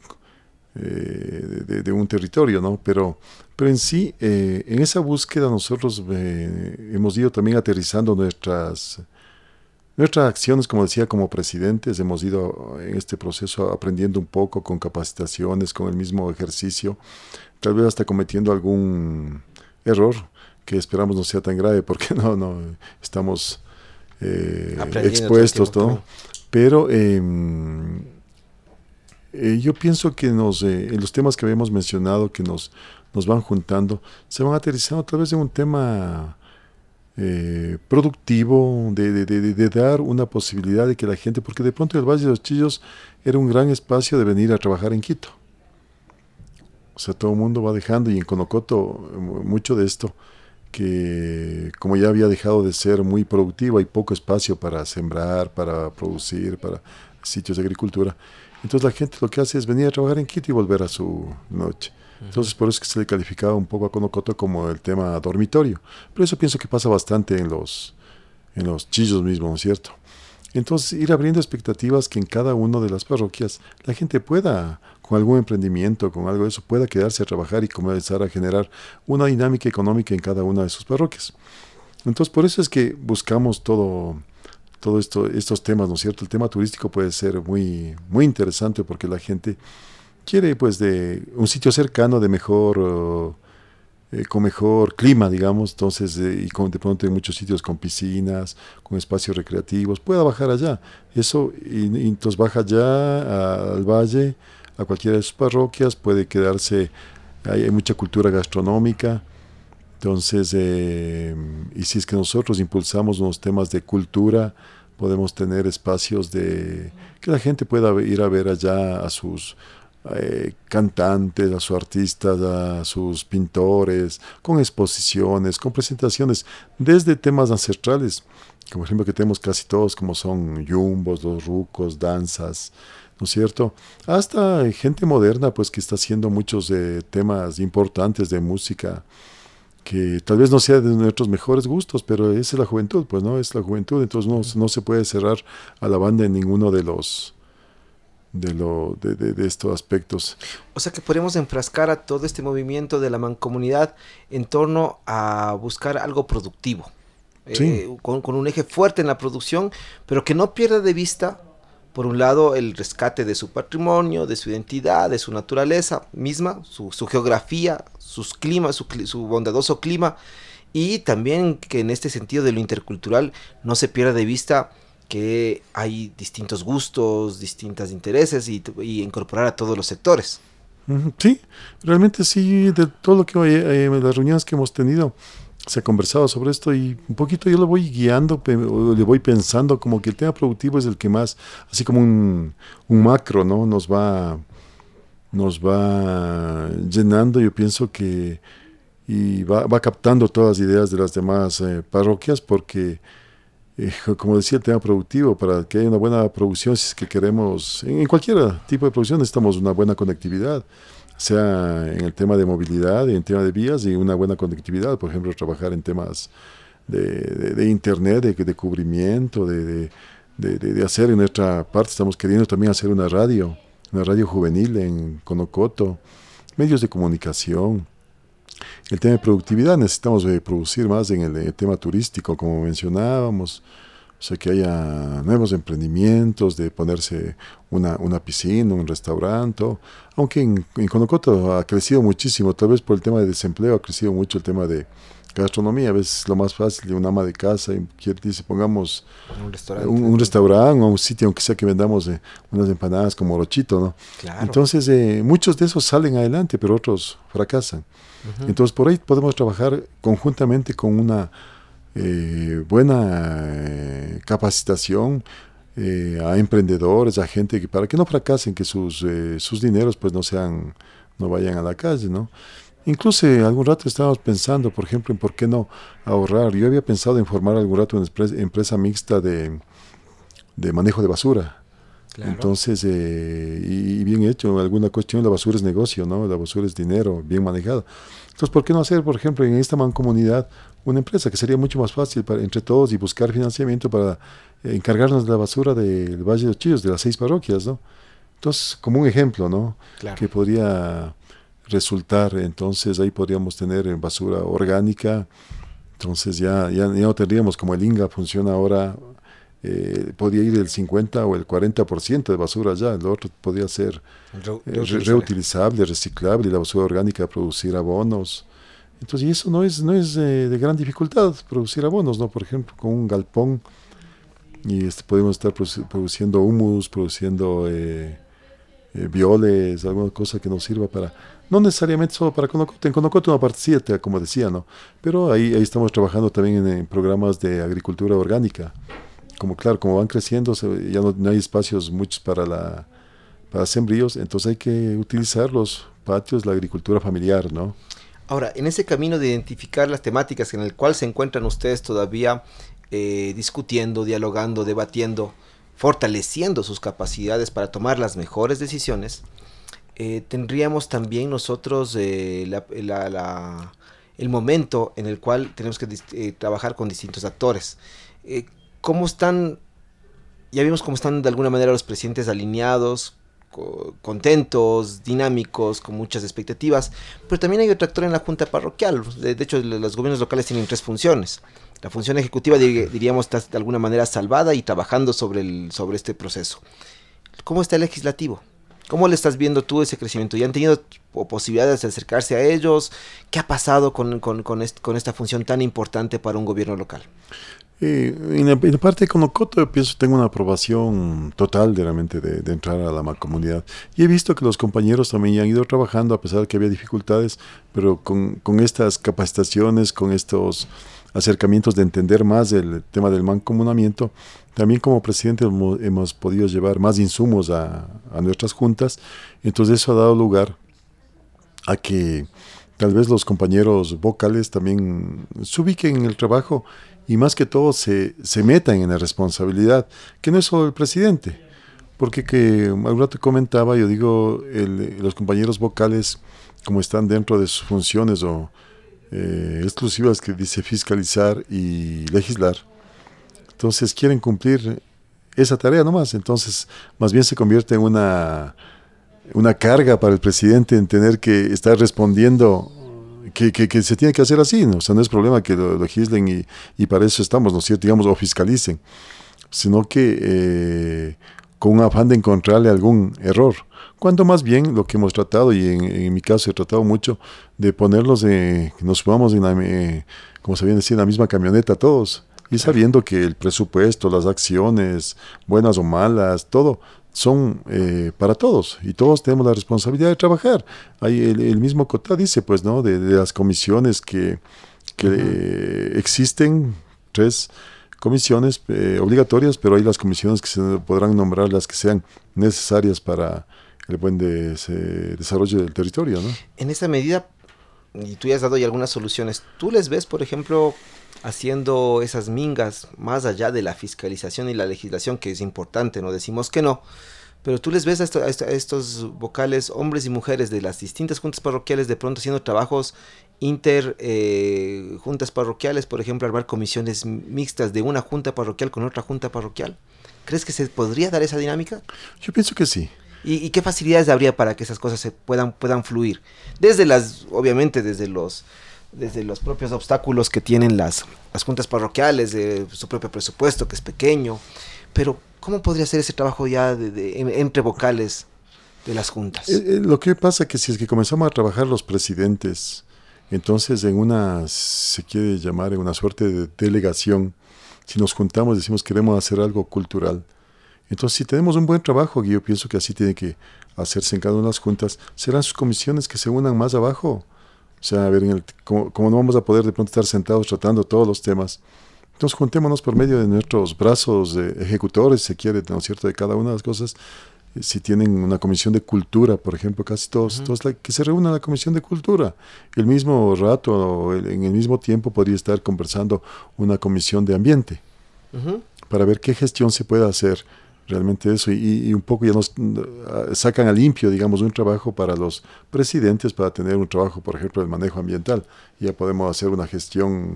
eh, de, de un territorio, ¿no? Pero, pero en sí, eh, en esa búsqueda nosotros eh, hemos ido también aterrizando nuestras... Nuestras acciones, como decía, como presidentes, hemos ido en este proceso aprendiendo un poco con capacitaciones, con el mismo ejercicio, tal vez hasta cometiendo algún error que esperamos no sea tan grave porque no, no estamos eh, expuestos, todo. ¿no? Pero eh, eh, yo pienso que nos, eh, en los temas que habíamos mencionado, que nos, nos van juntando, se van aterrizando tal vez en un tema... Eh, productivo, de, de, de, de dar una posibilidad de que la gente, porque de pronto el Valle de los Chillos era un gran espacio de venir a trabajar en Quito. O sea, todo el mundo va dejando, y en Conocoto mucho de esto, que como ya había dejado de ser muy productivo, hay poco espacio para sembrar, para producir, para sitios de agricultura. Entonces la gente lo que hace es venir a trabajar en Quito y volver a su noche. Entonces por eso es que se le calificaba un poco a Conocoto como el tema dormitorio. Pero eso pienso que pasa bastante en los, en los Chillos mismos, ¿no es cierto? Entonces ir abriendo expectativas que en cada una de las parroquias la gente pueda, con algún emprendimiento, con algo de eso, pueda quedarse a trabajar y comenzar a generar una dinámica económica en cada una de sus parroquias. Entonces por eso es que buscamos todo... todo esto, estos temas, ¿no es cierto? El tema turístico puede ser muy, muy interesante porque la gente quiere pues de un sitio cercano de mejor, uh, eh, con mejor clima, digamos, entonces, eh, y con, de pronto en muchos sitios con piscinas, con espacios recreativos, pueda bajar allá. Eso, y, y entonces baja allá a, al valle, a cualquiera de sus parroquias, puede quedarse, hay, hay mucha cultura gastronómica. Entonces, eh, y si es que nosotros impulsamos unos temas de cultura, podemos tener espacios de que la gente pueda ir a ver allá a sus eh, cantantes, a sus artistas, a sus pintores, con exposiciones, con presentaciones, desde temas ancestrales, como por ejemplo que tenemos casi todos, como son yumbos, los rucos, danzas, ¿no es cierto? Hasta gente moderna, pues que está haciendo muchos eh, temas importantes de música, que tal vez no sea de nuestros mejores gustos, pero esa es la juventud, pues no, es la juventud, entonces no, no se puede cerrar a la banda en ninguno de los de, lo, de, de, de estos aspectos. O sea que podemos enfrascar a todo este movimiento de la mancomunidad en torno a buscar algo productivo, Sí. eh, con, con un eje fuerte en la producción, pero que no pierda de vista, por un lado, el rescate de su patrimonio, de su identidad, de su naturaleza misma, su, su geografía, sus climas, su, su bondadoso clima, y también que en este sentido de lo intercultural no se pierda de vista que hay distintos gustos, distintos intereses y, y incorporar a todos los sectores. Sí, realmente sí, de todo lo que eh, las reuniones que hemos tenido se ha conversado sobre esto y un poquito yo lo voy guiando, pe- o le voy pensando como que el tema productivo es el que más, así como un, un macro, ¿no? Nos va, nos va llenando, yo pienso que y va, va captando todas las ideas de las demás eh, parroquias porque, eh, como decía, el tema productivo, para que haya una buena producción, si es que queremos, en, en cualquier tipo de producción necesitamos una buena conectividad, sea en el tema de movilidad, en el tema de vías y una buena conectividad, por ejemplo, trabajar en temas de, de, de internet, de, de cubrimiento, de, de, de, de hacer en nuestra parte, estamos queriendo también hacer una radio, una radio juvenil en Conocoto, medios de comunicación. El tema de productividad, necesitamos eh, producir más en el, el tema turístico, como mencionábamos, o sea, que haya nuevos emprendimientos, de ponerse una, una piscina, un restaurante, aunque en, en Conocoto ha crecido muchísimo, tal vez por el tema de desempleo ha crecido mucho el tema de gastronomía, a veces lo más fácil de un ama de casa, y quiere dice, pongamos Un restaurante. un, un restaurante o un sitio, aunque sea que vendamos eh, unas empanadas como Morochito, ¿no? Claro. Entonces, eh, muchos de esos salen adelante, pero otros fracasan. Ujú. Entonces, por ahí podemos trabajar conjuntamente con una eh, buena eh, capacitación eh, a emprendedores, a gente que para que no fracasen, que sus eh, sus dineros pues no sean, no vayan a la calle, ¿no? Incluso eh, algún rato estábamos pensando, por ejemplo, en por qué no ahorrar. Yo había pensado en formar algún rato una empresa, empresa mixta de, de manejo de basura. Claro. Entonces, eh, y, y bien hecho, alguna cuestión, la basura es negocio, ¿no? La basura es dinero, bien manejado. Entonces, ¿por qué no hacer, por ejemplo, en esta mancomunidad una empresa que sería mucho más fácil para, entre todos y buscar financiamiento para eh, encargarnos de la basura del Valle de los Chillos, de las seis parroquias, ¿no? Entonces, como un ejemplo, ¿no? Claro. Que podría resultar, entonces ahí podríamos tener eh, basura orgánica, entonces ya, ya, ya no tendríamos como el INGA funciona ahora. Eh, podía ir el cincuenta o el cuarenta por ciento de basura ya, el otro podría ser Re- eh, re- reutilizable. reutilizable, reciclable, y la basura orgánica producir abonos. Entonces, y eso no es, no es eh, de gran dificultad, producir abonos, ¿no? Por ejemplo, con un galpón, y este, podemos estar produ- produciendo humus, produciendo eh, eh, violes, alguna cosa que nos sirva para, no necesariamente solo para Conocoto, en Conocoto una parte siete, como decía, ¿no? Pero ahí, ahí estamos trabajando también en, en programas de agricultura orgánica. Como claro, como van creciendo, se, ya no, no hay espacios muchos para la para sembríos, entonces hay que utilizar los patios, la agricultura familiar, ¿no? Ahora, en ese camino de identificar las temáticas en el cual se encuentran ustedes todavía eh, discutiendo, dialogando, debatiendo, fortaleciendo sus capacidades para tomar las mejores decisiones, eh, tendríamos también nosotros eh, la, la, la, el momento en el cual tenemos que eh, trabajar con distintos actores. Eh, ¿Cómo están? Ya vimos cómo están de alguna manera los presidentes alineados, co- contentos, dinámicos, con muchas expectativas, pero también hay otro actor en la junta parroquial. De, de hecho, l- los gobiernos locales tienen tres funciones. La función ejecutiva, dir- diríamos, está de alguna manera salvada y trabajando sobre, el, sobre este proceso. ¿Cómo está el legislativo? ¿Cómo le estás viendo tú ese crecimiento? ¿Ya han tenido o posibilidades de acercarse a ellos? ¿Qué ha pasado con, con, con, est- con esta función tan importante para un gobierno local? Eh, en, la, en la parte de Conocoto yo pienso tengo una aprobación total de realmente de, de entrar a la mancomunidad. Y he visto que los compañeros también han ido trabajando a pesar de que había dificultades, pero con, con estas capacitaciones, con estos acercamientos de entender más el tema del mancomunamiento, también como presidente hemos, hemos podido llevar más insumos a, a nuestras juntas. Entonces eso ha dado lugar a que tal vez los compañeros vocales también se ubiquen en el trabajo y más que todo se, se metan en la responsabilidad, que no es solo el presidente, porque que algún rato comentaba, yo digo, el, los compañeros vocales, como están dentro de sus funciones o eh, exclusivas que dice fiscalizar y legislar, entonces quieren cumplir esa tarea nomás, entonces más bien se convierte en una, una carga para el presidente en tener que estar respondiendo. Que, que, que se tiene que hacer así, ¿no? O sea, no es problema que lo legislen y, y para eso estamos, ¿no es cierto? Digamos, o fiscalicen, sino que eh, con un afán de encontrarle algún error. Cuando más bien lo que hemos tratado, y en, en mi caso he tratado mucho, de ponerlos, eh, que nos subamos en la, eh, como se viene a decir, en la misma camioneta todos, y sabiendo que el presupuesto, las acciones, buenas o malas, todo, son eh, para todos y todos tenemos la responsabilidad de trabajar. Hay el, el mismo Cotá dice, pues, ¿no? De, de las comisiones que, que uh-huh. eh, existen, tres comisiones eh, obligatorias, pero hay las comisiones que se podrán nombrar las que sean necesarias para el buen de, se, desarrollo del territorio, ¿no? En esa medida, y tú ya has dado ya algunas soluciones, ¿tú les ves, por ejemplo, haciendo esas mingas más allá de la fiscalización y la legislación, que es importante, no decimos que no, pero tú les ves a, esto, a, esto, a estos vocales, hombres y mujeres de las distintas juntas parroquiales, de pronto haciendo trabajos inter eh, juntas parroquiales, por ejemplo, armar comisiones mixtas de una junta parroquial con otra junta parroquial? ¿Crees que se podría dar esa dinámica? Yo pienso que sí. ¿Y, y qué facilidades habría para que esas cosas se puedan, puedan fluir? Desde las, obviamente, desde los desde los propios obstáculos que tienen las, las juntas parroquiales, de su propio presupuesto, que es pequeño, pero ¿cómo podría ser ese trabajo ya de, de, entre vocales de las juntas? Eh, eh, lo que pasa es que si es que comenzamos a trabajar los presidentes, entonces en una, se quiere llamar en una suerte de delegación, si nos juntamos decimos queremos hacer algo cultural, entonces si tenemos un buen trabajo, y yo pienso que así tiene que hacerse en cada una de las juntas, serán sus comisiones que se unan más abajo. O sea, a ver, en el, como, como no vamos a poder de pronto estar sentados tratando todos los temas, entonces juntémonos por medio de nuestros brazos eh, ejecutores, si se quiere, ¿no es cierto?, de cada una de las cosas. Eh, si tienen una comisión de cultura, por ejemplo, casi todos, uh-huh. entonces la, que se reúna la comisión de cultura. El mismo rato, o el, en el mismo tiempo, podría estar conversando una comisión de ambiente, uh-huh. para ver qué gestión se puede hacer realmente eso, y, y un poco ya nos uh, sacan a limpio, digamos, un trabajo para los presidentes, para tener un trabajo, por ejemplo, del manejo ambiental, y ya podemos hacer una gestión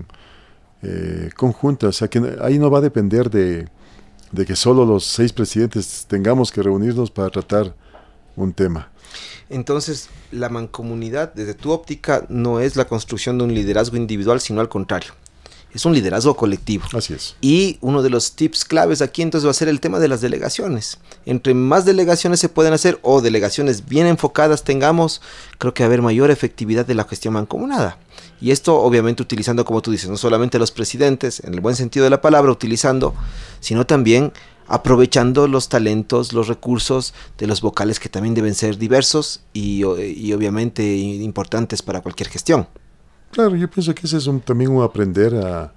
eh, conjunta, o sea que ahí no va a depender de, de que solo los seis presidentes tengamos que reunirnos para tratar un tema. Entonces, la mancomunidad, desde tu óptica, no es la construcción de un liderazgo individual, sino al contrario. Es un liderazgo colectivo. Así es. Y uno de los tips claves aquí entonces va a ser el tema de las delegaciones. Entre más delegaciones se pueden hacer o delegaciones bien enfocadas tengamos, creo que va a haber mayor efectividad de la gestión mancomunada. Y esto obviamente utilizando, como tú dices, no solamente los presidentes, en el buen sentido de la palabra, utilizando, sino también aprovechando los talentos, los recursos de los vocales que también deben ser diversos y, y obviamente importantes para cualquier gestión. Claro, yo pienso que ese es un, también un aprender a,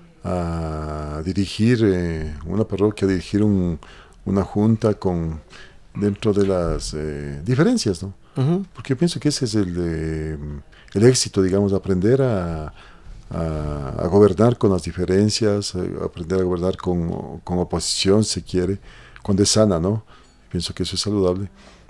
a dirigir eh, una parroquia, a dirigir un, una junta con dentro de las eh, diferencias, ¿no? Uh-huh. Porque yo pienso que ese es el, eh, el éxito, digamos, aprender a, a, a gobernar con las diferencias, a aprender a gobernar con, con oposición, si quiere, cuando es sana, ¿no? Pienso que eso es saludable.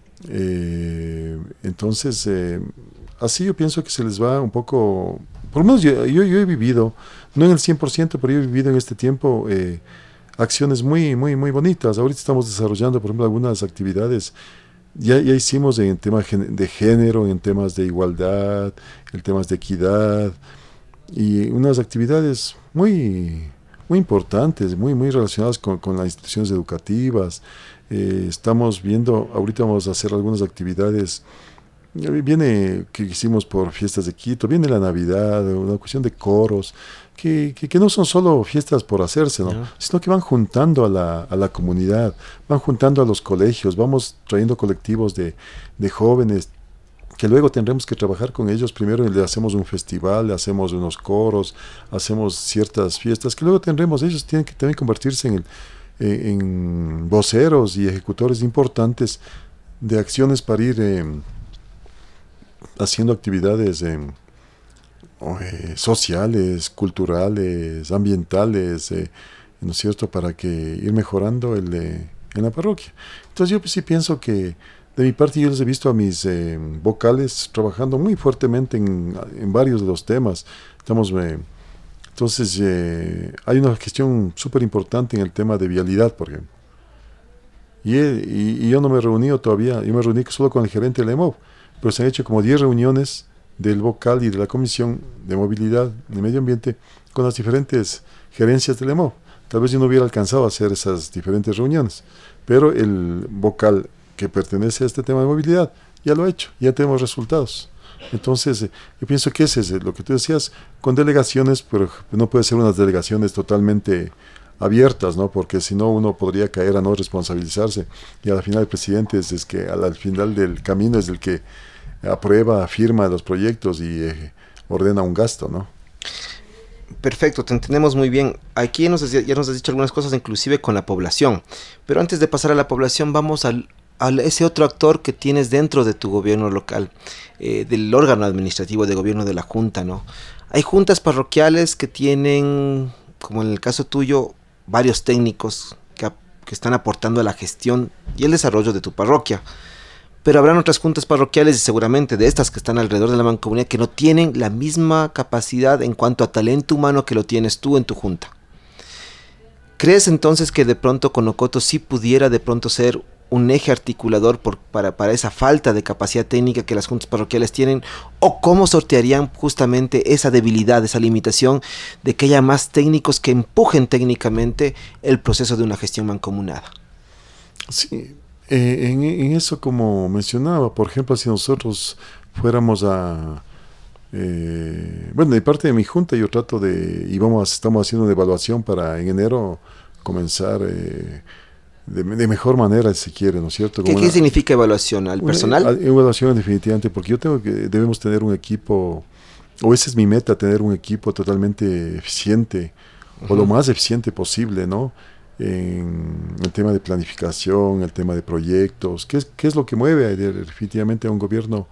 Eh, entonces, eh, así yo pienso que se les va un poco, por lo menos yo, yo, yo he vivido, no en el cien por ciento, pero yo he vivido en este tiempo eh, acciones muy, muy, muy bonitas. Ahorita estamos desarrollando, por ejemplo, algunas actividades, ya, ya hicimos en temas de género, en temas de igualdad, en temas de equidad, y unas actividades muy, muy importantes, muy, muy relacionadas con, con las instituciones educativas. Eh, estamos viendo, ahorita vamos a hacer algunas actividades Viene que hicimos por fiestas de Quito, viene la Navidad, una cuestión de coros, que, que, que no son solo fiestas por hacerse, ¿no? No. Sino que van juntando a la, a la comunidad, van juntando a los colegios, vamos trayendo colectivos de, de jóvenes, que luego tendremos que trabajar con ellos. Primero le hacemos un festival, le hacemos unos coros, hacemos ciertas fiestas, que luego tendremos, ellos tienen que también convertirse en, el, en, en voceros y ejecutores importantes de acciones para ir eh, haciendo actividades eh, eh, sociales, culturales, ambientales, eh, ¿no es cierto?, para que ir mejorando el, eh, en la parroquia. Entonces yo pues, sí pienso que de mi parte yo les he visto a mis eh, vocales trabajando muy fuertemente en, en varios de los temas. Estamos, eh, entonces eh, hay una gestión súper importante en el tema de vialidad, por ejemplo. Y, y, y yo no me he reunido todavía, yo me reuní solo con el gerente del E M O V, pero se han hecho como diez reuniones del vocal y de la Comisión de Movilidad y Medio Ambiente con las diferentes gerencias del E M O V. Tal vez yo no hubiera alcanzado a hacer esas diferentes reuniones, pero el vocal que pertenece a este tema de movilidad ya lo ha hecho, ya tenemos resultados. Entonces, eh, yo pienso que ese es lo que tú decías, con delegaciones, pero no puede ser unas delegaciones totalmente abiertas, ¿no? Porque si no uno podría caer a no responsabilizarse, y al final el presidente es, es que al, al final del camino es el que aprueba, firma los proyectos y eh, ordena un gasto, ¿no? Perfecto, te entendemos muy bien. Aquí nos, ya nos has dicho algunas cosas, inclusive con la población, pero antes de pasar a la población vamos al a ese otro actor que tienes dentro de tu gobierno local, eh, del órgano administrativo de gobierno de la Junta, ¿no? Hay juntas parroquiales que tienen, como en el caso tuyo, varios técnicos que, que están aportando a la gestión y el desarrollo de tu parroquia. Pero habrán otras juntas parroquiales, y seguramente de estas que están alrededor de la mancomunidad, que no tienen la misma capacidad en cuanto a talento humano que lo tienes tú en tu junta. ¿Crees entonces que de pronto Conocoto sí pudiera de pronto ser un eje articulador por, para, para esa falta de capacidad técnica que las juntas parroquiales tienen? ¿O cómo sortearían justamente esa debilidad, esa limitación de que haya más técnicos que empujen técnicamente el proceso de una gestión mancomunada? Sí, eh, en, en eso como mencionaba, por ejemplo, si nosotros fuéramos a... Eh, bueno, de parte de mi junta yo trato de... y vamos, estamos haciendo una evaluación para en enero comenzar... Eh, De, de mejor manera, si se quiere, ¿no es cierto? ¿Qué, una, ¿Qué significa evaluación? ¿Al personal? Una, evaluación definitivamente, porque yo tengo que, debemos tener un equipo, o esa es mi meta, tener un equipo totalmente eficiente, uh-huh. o lo más eficiente posible, ¿no? En el tema de planificación, el tema de proyectos, ¿qué es, qué es lo que mueve definitivamente a un gobierno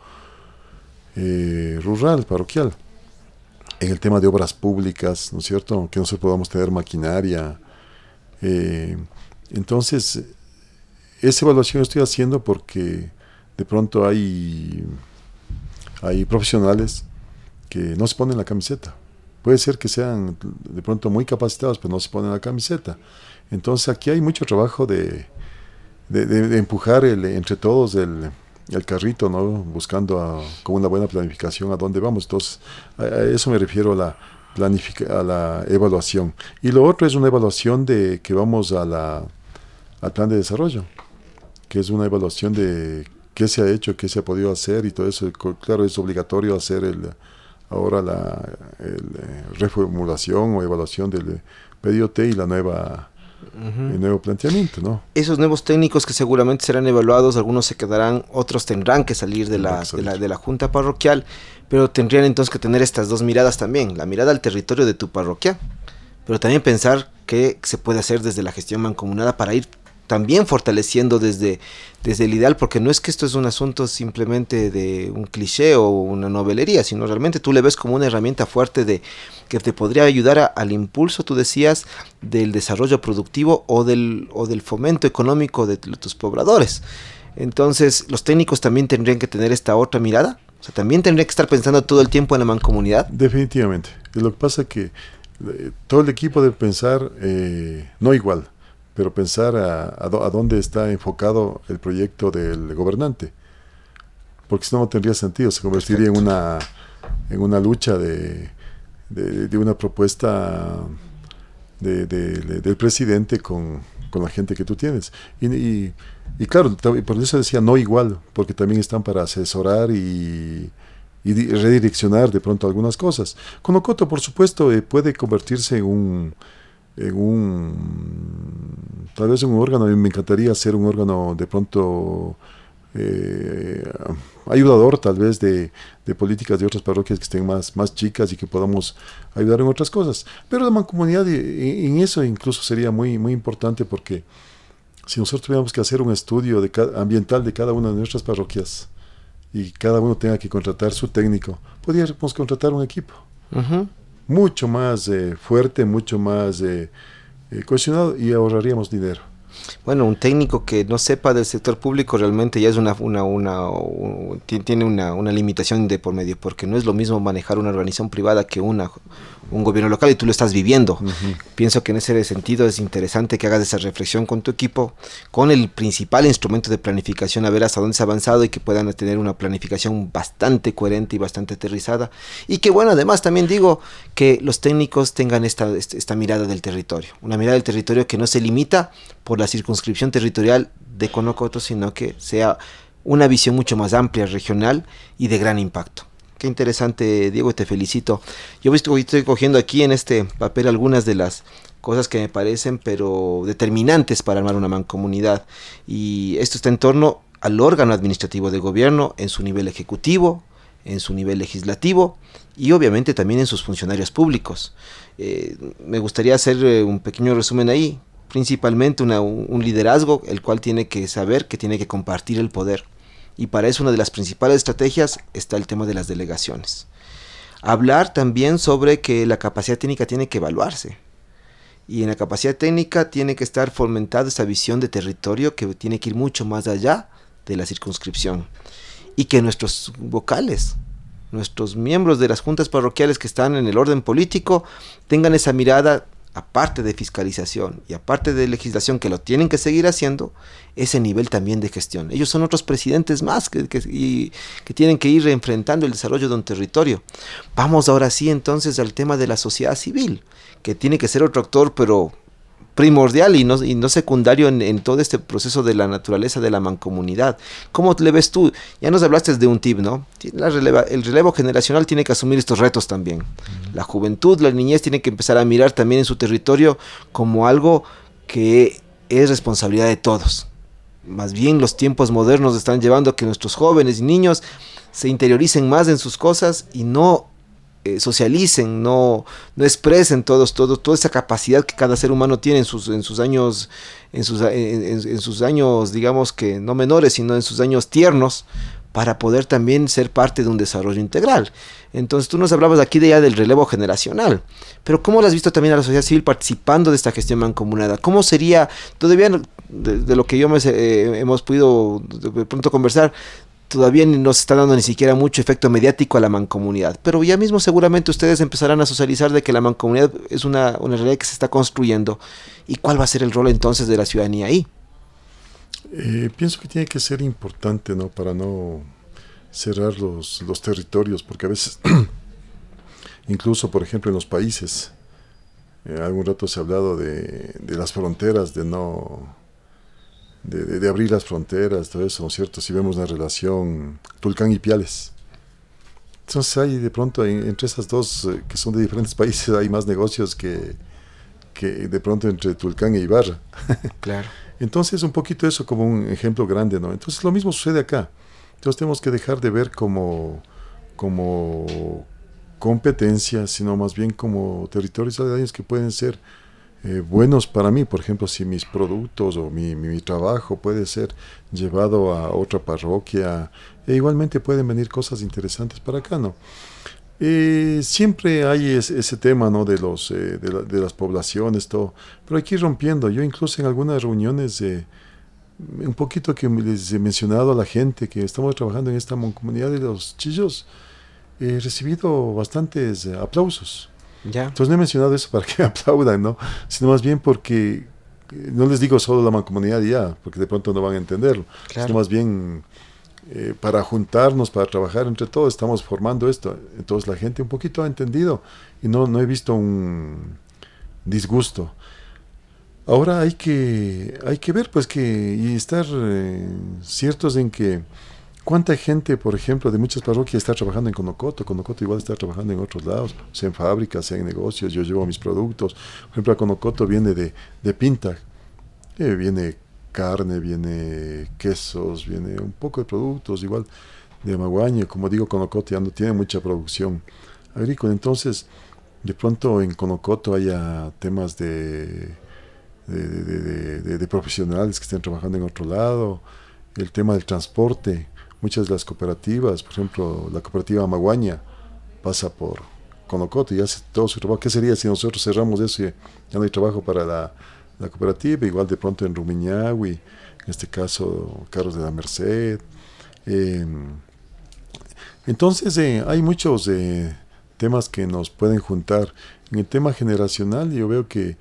eh, rural, parroquial? En el tema de obras públicas, ¿no es cierto? Que nosotros podamos tener maquinaria, eh, entonces, esa evaluación estoy haciendo porque de pronto hay, hay profesionales que no se ponen la camiseta. Puede ser que sean de pronto muy capacitados, pero no se ponen la camiseta. Entonces, aquí hay mucho trabajo de, de, de, de empujar el, entre todos el, el carrito, ¿no? Buscando a, con una buena planificación a dónde vamos. Entonces, a, a eso me refiero a la, planific- a la evaluación. Y lo otro es una evaluación de que vamos a la... al plan de desarrollo, que es una evaluación de qué se ha hecho, qué se ha podido hacer y todo eso. Claro, es obligatorio hacer el ahora la el, eh, reformulación o evaluación del P D O T y la nueva uh-huh. el nuevo planteamiento, ¿no? Esos nuevos técnicos que seguramente serán evaluados, algunos se quedarán, otros tendrán que salir de la, de la, de la junta parroquial, pero tendrían entonces que tener estas dos miradas también, la mirada al territorio de tu parroquia, pero también pensar qué se puede hacer desde la gestión mancomunada para ir también fortaleciendo desde, desde el ideal, porque no es que esto es un asunto simplemente de un cliché o una novelería, sino realmente tú le ves como una herramienta fuerte de que te podría ayudar a, al impulso, tú decías, del desarrollo productivo o del, o del fomento económico de t- tus pobladores. Entonces, ¿los técnicos también tendrían que tener esta otra mirada? O sea, ¿también tendrían que estar pensando todo el tiempo en la mancomunidad? Definitivamente. Lo que pasa es que eh, todo el equipo debe pensar eh, no igual, pero pensar a, a, do, a dónde está enfocado el proyecto del gobernante, porque si no, no tendría sentido, se convertiría en una, en una lucha de, de, de una propuesta de, de, de, del presidente con, con la gente que tú tienes. Y, y, y claro, por eso decía no igual, porque también están para asesorar y, y redireccionar de pronto algunas cosas. Conocoto, por supuesto, eh, puede convertirse en un, en un, tal vez en un órgano, a mí me encantaría ser un órgano de pronto eh, ayudador tal vez de, de políticas de otras parroquias que estén más, más chicas y que podamos ayudar en otras cosas. Pero la mancomunidad en eso incluso sería muy, muy importante, porque si nosotros tuviéramos que hacer un estudio de cada, ambiental de cada una de nuestras parroquias y cada uno tenga que contratar su técnico, podríamos contratar un equipo uh-huh. mucho más eh, fuerte, mucho más eh, eh, cohesionado, y ahorraríamos dinero. Bueno, un técnico que no sepa del sector público realmente ya es una, una, una, una tiene una, una limitación de por medio, porque no es lo mismo manejar una organización privada que una, un gobierno local, y tú lo estás viviendo. Uh-huh. Pienso que en ese sentido es interesante que hagas esa reflexión con tu equipo, con el principal instrumento de planificación, a ver hasta dónde se ha avanzado, y que puedan tener una planificación bastante coherente y bastante aterrizada. Y que bueno, además también digo que los técnicos tengan esta, esta mirada del territorio, una mirada del territorio que no se limita por la circunscripción territorial de Conocoto, sino que sea una visión mucho más amplia, regional y de gran impacto. Qué interesante, Diego, te felicito. Yo estoy, estoy cogiendo aquí en este papel algunas de las cosas que me parecen pero determinantes para armar una mancomunidad, y esto está en torno al órgano administrativo de gobierno en su nivel ejecutivo, en su nivel legislativo y obviamente también en sus funcionarios públicos. Eh, me gustaría hacer eh, un pequeño resumen ahí. Principalmente una, un liderazgo, el cual tiene que saber que tiene que compartir el poder, y para eso una de las principales estrategias está el tema de las delegaciones. Hablar también sobre que la capacidad técnica tiene que evaluarse, y en la capacidad técnica tiene que estar fomentada esa visión de territorio que tiene que ir mucho más allá de la circunscripción, y que nuestros vocales, nuestros miembros de las juntas parroquiales que están en el orden político tengan esa mirada, aparte de fiscalización y aparte de legislación, que lo tienen que seguir haciendo, ese nivel también de gestión. Ellos son otros presidentes más que, que, y, que tienen que ir enfrentando el desarrollo de un territorio. Vamos ahora sí entonces al tema de la sociedad civil, que tiene que ser otro actor, pero primordial y no, y no secundario en, en todo este proceso de la naturaleza de la mancomunidad. ¿Cómo le ves tú? Ya nos hablaste de un tip, ¿no? La releva, el relevo generacional tiene que asumir estos retos también. Uh-huh. La juventud, la niñez tiene que empezar a mirar también en su territorio como algo que es responsabilidad de todos. Más bien los tiempos modernos están llevando a que nuestros jóvenes y niños se interioricen más en sus cosas y no Eh, socialicen, no, no expresen todos, todo, toda esa capacidad que cada ser humano tiene en sus, en sus años, en sus, en, en, en sus años, digamos que no menores, sino en sus años tiernos, para poder también ser parte de un desarrollo integral. Entonces tú nos hablabas aquí de ya del relevo generacional, pero ¿cómo lo has visto también a la sociedad civil participando de esta gestión mancomunada? ¿Cómo sería, todavía de, de lo que yo me, eh, hemos podido de pronto conversar, todavía no se está dando ni siquiera mucho efecto mediático a la mancomunidad, pero ya mismo seguramente ustedes empezarán a socializar de que la mancomunidad es una, una realidad que se está construyendo? ¿Y cuál va a ser el rol entonces de la ciudadanía ahí? Eh, pienso que tiene que ser importante, ¿no? Para no cerrar los, los territorios, porque a veces, incluso por ejemplo en los países, eh, algún rato se ha hablado de, de las fronteras, de no... De, de, de abrir las fronteras, todo eso, ¿no es cierto? Si vemos la relación Tulcán y Piales, entonces hay de pronto en, entre esas dos eh, que son de diferentes países hay más negocios que, que de pronto entre Tulcán e Ibarra. Claro. Entonces un poquito eso como un ejemplo grande, ¿no? Entonces lo mismo sucede acá. Entonces tenemos que dejar de ver como, como competencia, sino más bien como territorios aledaños que pueden ser Eh, buenos para mí. Por ejemplo, si mis productos o mi, mi, mi trabajo puede ser llevado a otra parroquia, e igualmente pueden venir cosas interesantes para acá, ¿no? Eh, siempre hay es, ese tema, ¿no? De, los, eh, de, la, de las poblaciones, todo, pero hay que ir rompiendo. Yo incluso en algunas reuniones, eh, un poquito que les he mencionado a la gente que estamos trabajando en esta comunidad de los Chillos, he recibido bastantes eh, aplausos. Ya. Entonces no he mencionado eso para que me aplaudan, ¿no? Sino más bien porque no les digo solo la mancomunidad ya, porque de pronto no van a entenderlo. Claro. Sino más bien eh, para juntarnos, para trabajar entre todos, estamos formando esto. Entonces la gente un poquito ha entendido y no, no he visto un disgusto. Ahora hay que, hay que ver, pues, que y estar eh, ciertos en que cuánta gente, por ejemplo, de muchas parroquias está trabajando en Conocoto. Conocoto igual está trabajando en otros lados, sea en fábricas, sea en negocios. Yo llevo mis productos. Por ejemplo, a Conocoto viene de, de Pinta, eh, viene carne, viene quesos, viene un poco de productos, igual de Amaguaña. Como digo, Conocoto ya no tiene mucha producción agrícola. Entonces, de pronto en Conocoto haya temas de... De, de, de, de, de profesionales que estén trabajando en otro lado, el tema del transporte, muchas de las cooperativas, por ejemplo, la cooperativa Amaguaña pasa por Conocoto y hace todo su trabajo. ¿Qué sería si nosotros cerramos eso y ya no hay trabajo para la, la cooperativa? Igual de pronto en Rumiñahui, en este caso Carros de la Merced. Eh, entonces eh, hay muchos eh, temas que nos pueden juntar. En el tema generacional yo veo que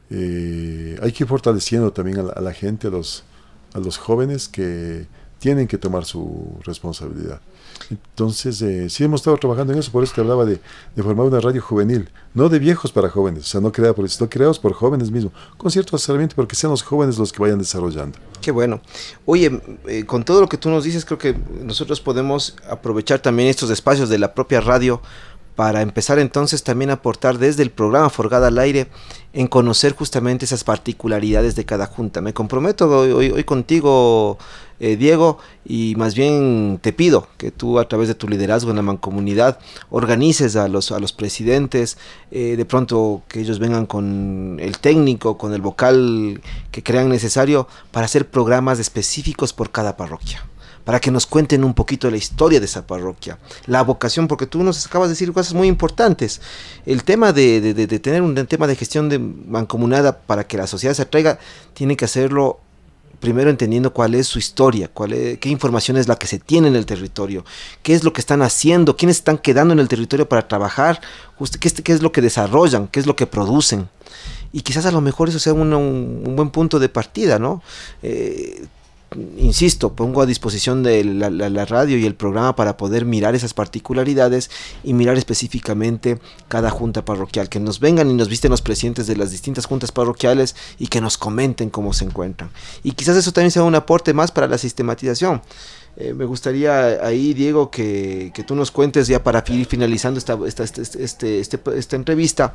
Eh, hay que ir fortaleciendo también a la, a la gente, a los, a los jóvenes que tienen que tomar su responsabilidad. Entonces, eh, sí hemos estado trabajando en eso, por eso te hablaba de, de formar una radio juvenil, no de viejos para jóvenes, o sea, no creada por eso, sino creados por jóvenes mismos, con cierto asesoramiento, pero que sean los jóvenes los que vayan desarrollando. Qué bueno. Oye, eh, con todo lo que tú nos dices, creo que nosotros podemos aprovechar también estos espacios de la propia radio para empezar entonces también a aportar desde el programa Forgada al Aire en conocer justamente esas particularidades de cada junta. Me comprometo hoy, hoy, hoy contigo, eh, Diego, y más bien te pido que tú a través de tu liderazgo en la mancomunidad organices a los, a los presidentes, eh, de pronto que ellos vengan con el técnico, con el vocal que crean necesario para hacer programas específicos por cada parroquia, para que nos cuenten un poquito de la historia de esa parroquia, la vocación, porque tú nos acabas de decir cosas muy importantes. El tema de, de, de, de tener un tema de gestión de mancomunada para que la sociedad se atraiga, tiene que hacerlo primero entendiendo cuál es su historia, cuál es, qué información es la que se tiene en el territorio, qué es lo que están haciendo, quiénes están quedando en el territorio para trabajar, just, qué, qué es lo que desarrollan, qué es lo que producen. Y quizás a lo mejor eso sea un, un, un buen punto de partida, ¿no? Eh, Insisto, pongo a disposición de la, la, la radio y el programa para poder mirar esas particularidades y mirar específicamente cada junta parroquial, que nos vengan y nos visiten los presidentes de las distintas juntas parroquiales y que nos comenten cómo se encuentran. Y quizás eso también sea un aporte más para la sistematización. Eh, me gustaría ahí, Diego, que, que tú nos cuentes ya para ir finalizando esta, esta, este, este, este, esta entrevista.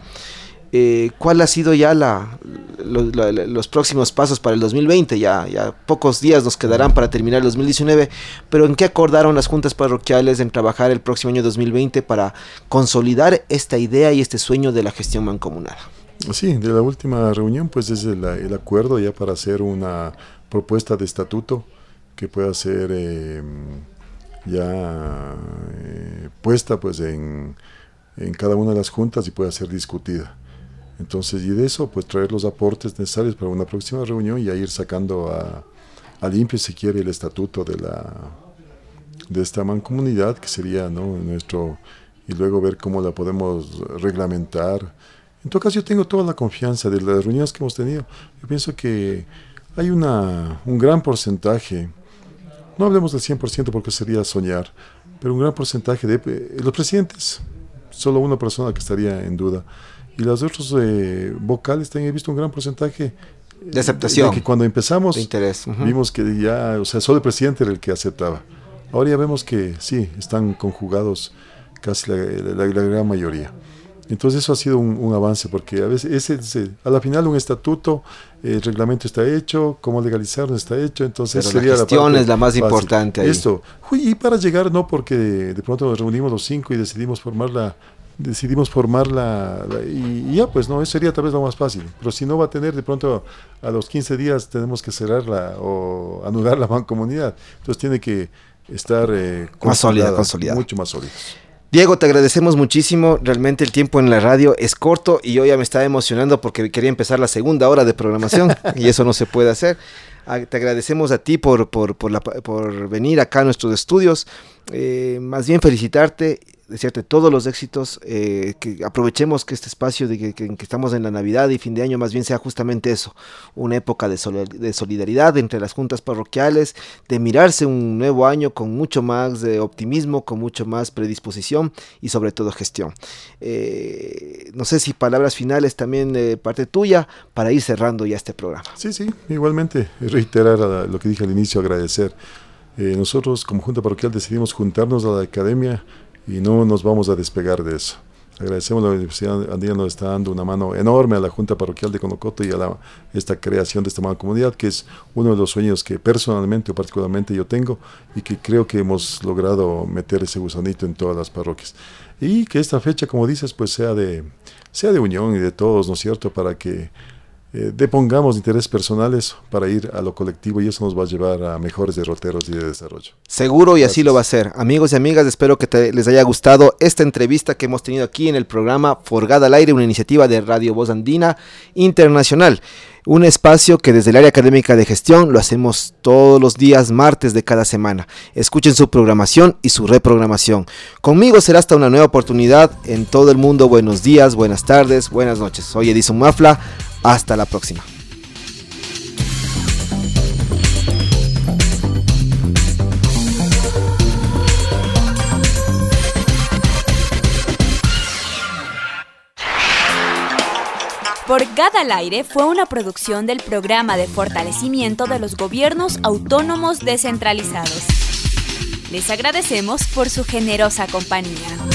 Eh, ¿Cuál ha sido ya la, lo, la, los próximos pasos para el dos mil veinte? Ya, ya pocos días nos quedarán para terminar el dos mil diecinueve, pero ¿en qué acordaron las juntas parroquiales en trabajar el próximo año dos mil veinte para consolidar esta idea y este sueño de la gestión mancomunada? Sí, de la última reunión pues es el, el acuerdo ya para hacer una propuesta de estatuto que pueda ser eh, ya eh, puesta pues en, en cada una de las juntas y pueda ser discutida. Entonces, y de eso, pues traer los aportes necesarios para una próxima reunión y a ir sacando a, a limpio, si quiere, el estatuto de la de esta mancomunidad, que sería, ¿no?, nuestro, y luego ver cómo la podemos reglamentar. En todo caso, yo tengo toda la confianza de las reuniones que hemos tenido. Yo pienso que hay una un gran porcentaje, no hablemos del cien por ciento porque sería soñar, pero un gran porcentaje de eh, los presidentes, solo una persona que estaría en duda. Y los otros eh, vocales también he visto un gran porcentaje de aceptación. De que cuando empezamos, de interés. Uh-huh. Vimos que ya, o sea, solo el presidente era el que aceptaba. Ahora ya vemos que sí, están conjugados casi la, la, la gran mayoría. Entonces eso ha sido un, un avance, porque a veces ese, ese, a la final un estatuto, el reglamento está hecho, cómo legalizarlo está hecho, entonces pero sería la gestión la es la más fácil. Importante ahí. Esto, y para llegar, no porque de pronto nos reunimos los cinco y decidimos formar la decidimos formar la, la y, y ya pues no, eso sería tal vez lo más fácil, pero si no va a tener de pronto a los quince días tenemos que cerrarla o anular la mancomunidad, entonces tiene que estar eh, más sólida, consolidada, mucho más sólida. Diego, te agradecemos muchísimo, realmente el tiempo en la radio es corto y yo ya me estaba emocionando porque quería empezar la segunda hora de programación y eso no se puede hacer. Te agradecemos a ti por, por, por, la, por venir acá a nuestros estudios, eh, más bien felicitarte, desearte todos los éxitos, eh, que aprovechemos que este espacio de que, que, que estamos en la Navidad y fin de año más bien sea justamente eso, una época de, sol, de solidaridad entre las juntas parroquiales, de mirarse un nuevo año con mucho más de optimismo, con mucho más predisposición y sobre todo gestión. Eh, no sé si palabras finales también de parte tuya para ir cerrando ya este programa. Sí, sí, igualmente reiterar a lo que dije al inicio, agradecer. Eh, nosotros como Junta Parroquial decidimos juntarnos a la academia y no nos vamos a despegar de eso. Agradecemos a la Universidad Andina, nos está dando una mano enorme a la Junta Parroquial de Conocoto y a la, esta creación de esta mancomunidad, que es uno de los sueños que personalmente o particularmente yo tengo y que creo que hemos logrado meter ese gusanito en todas las parroquias. Y que esta fecha, como dices, pues sea de, sea de unión y de todos, ¿no es cierto?, para que Eh, depongamos intereses personales para ir a lo colectivo y eso nos va a llevar a mejores derroteros y de desarrollo. Seguro y Gracias. Así lo va a ser. Amigos y amigas, espero que te, les haya gustado esta entrevista que hemos tenido aquí en el programa Forgada al Aire, una iniciativa de Radio Voz Andina Internacional. Un espacio que desde el área académica de gestión lo hacemos todos los días martes de cada semana. Escuchen su programación y su reprogramación. Conmigo será hasta una nueva oportunidad. En todo el mundo, buenos días, buenas tardes, buenas noches. Soy Edison Mafla. Hasta la próxima. Forgada al Aire fue una producción del Programa de Fortalecimiento de los Gobiernos Autónomos Descentralizados. Les agradecemos por su generosa compañía.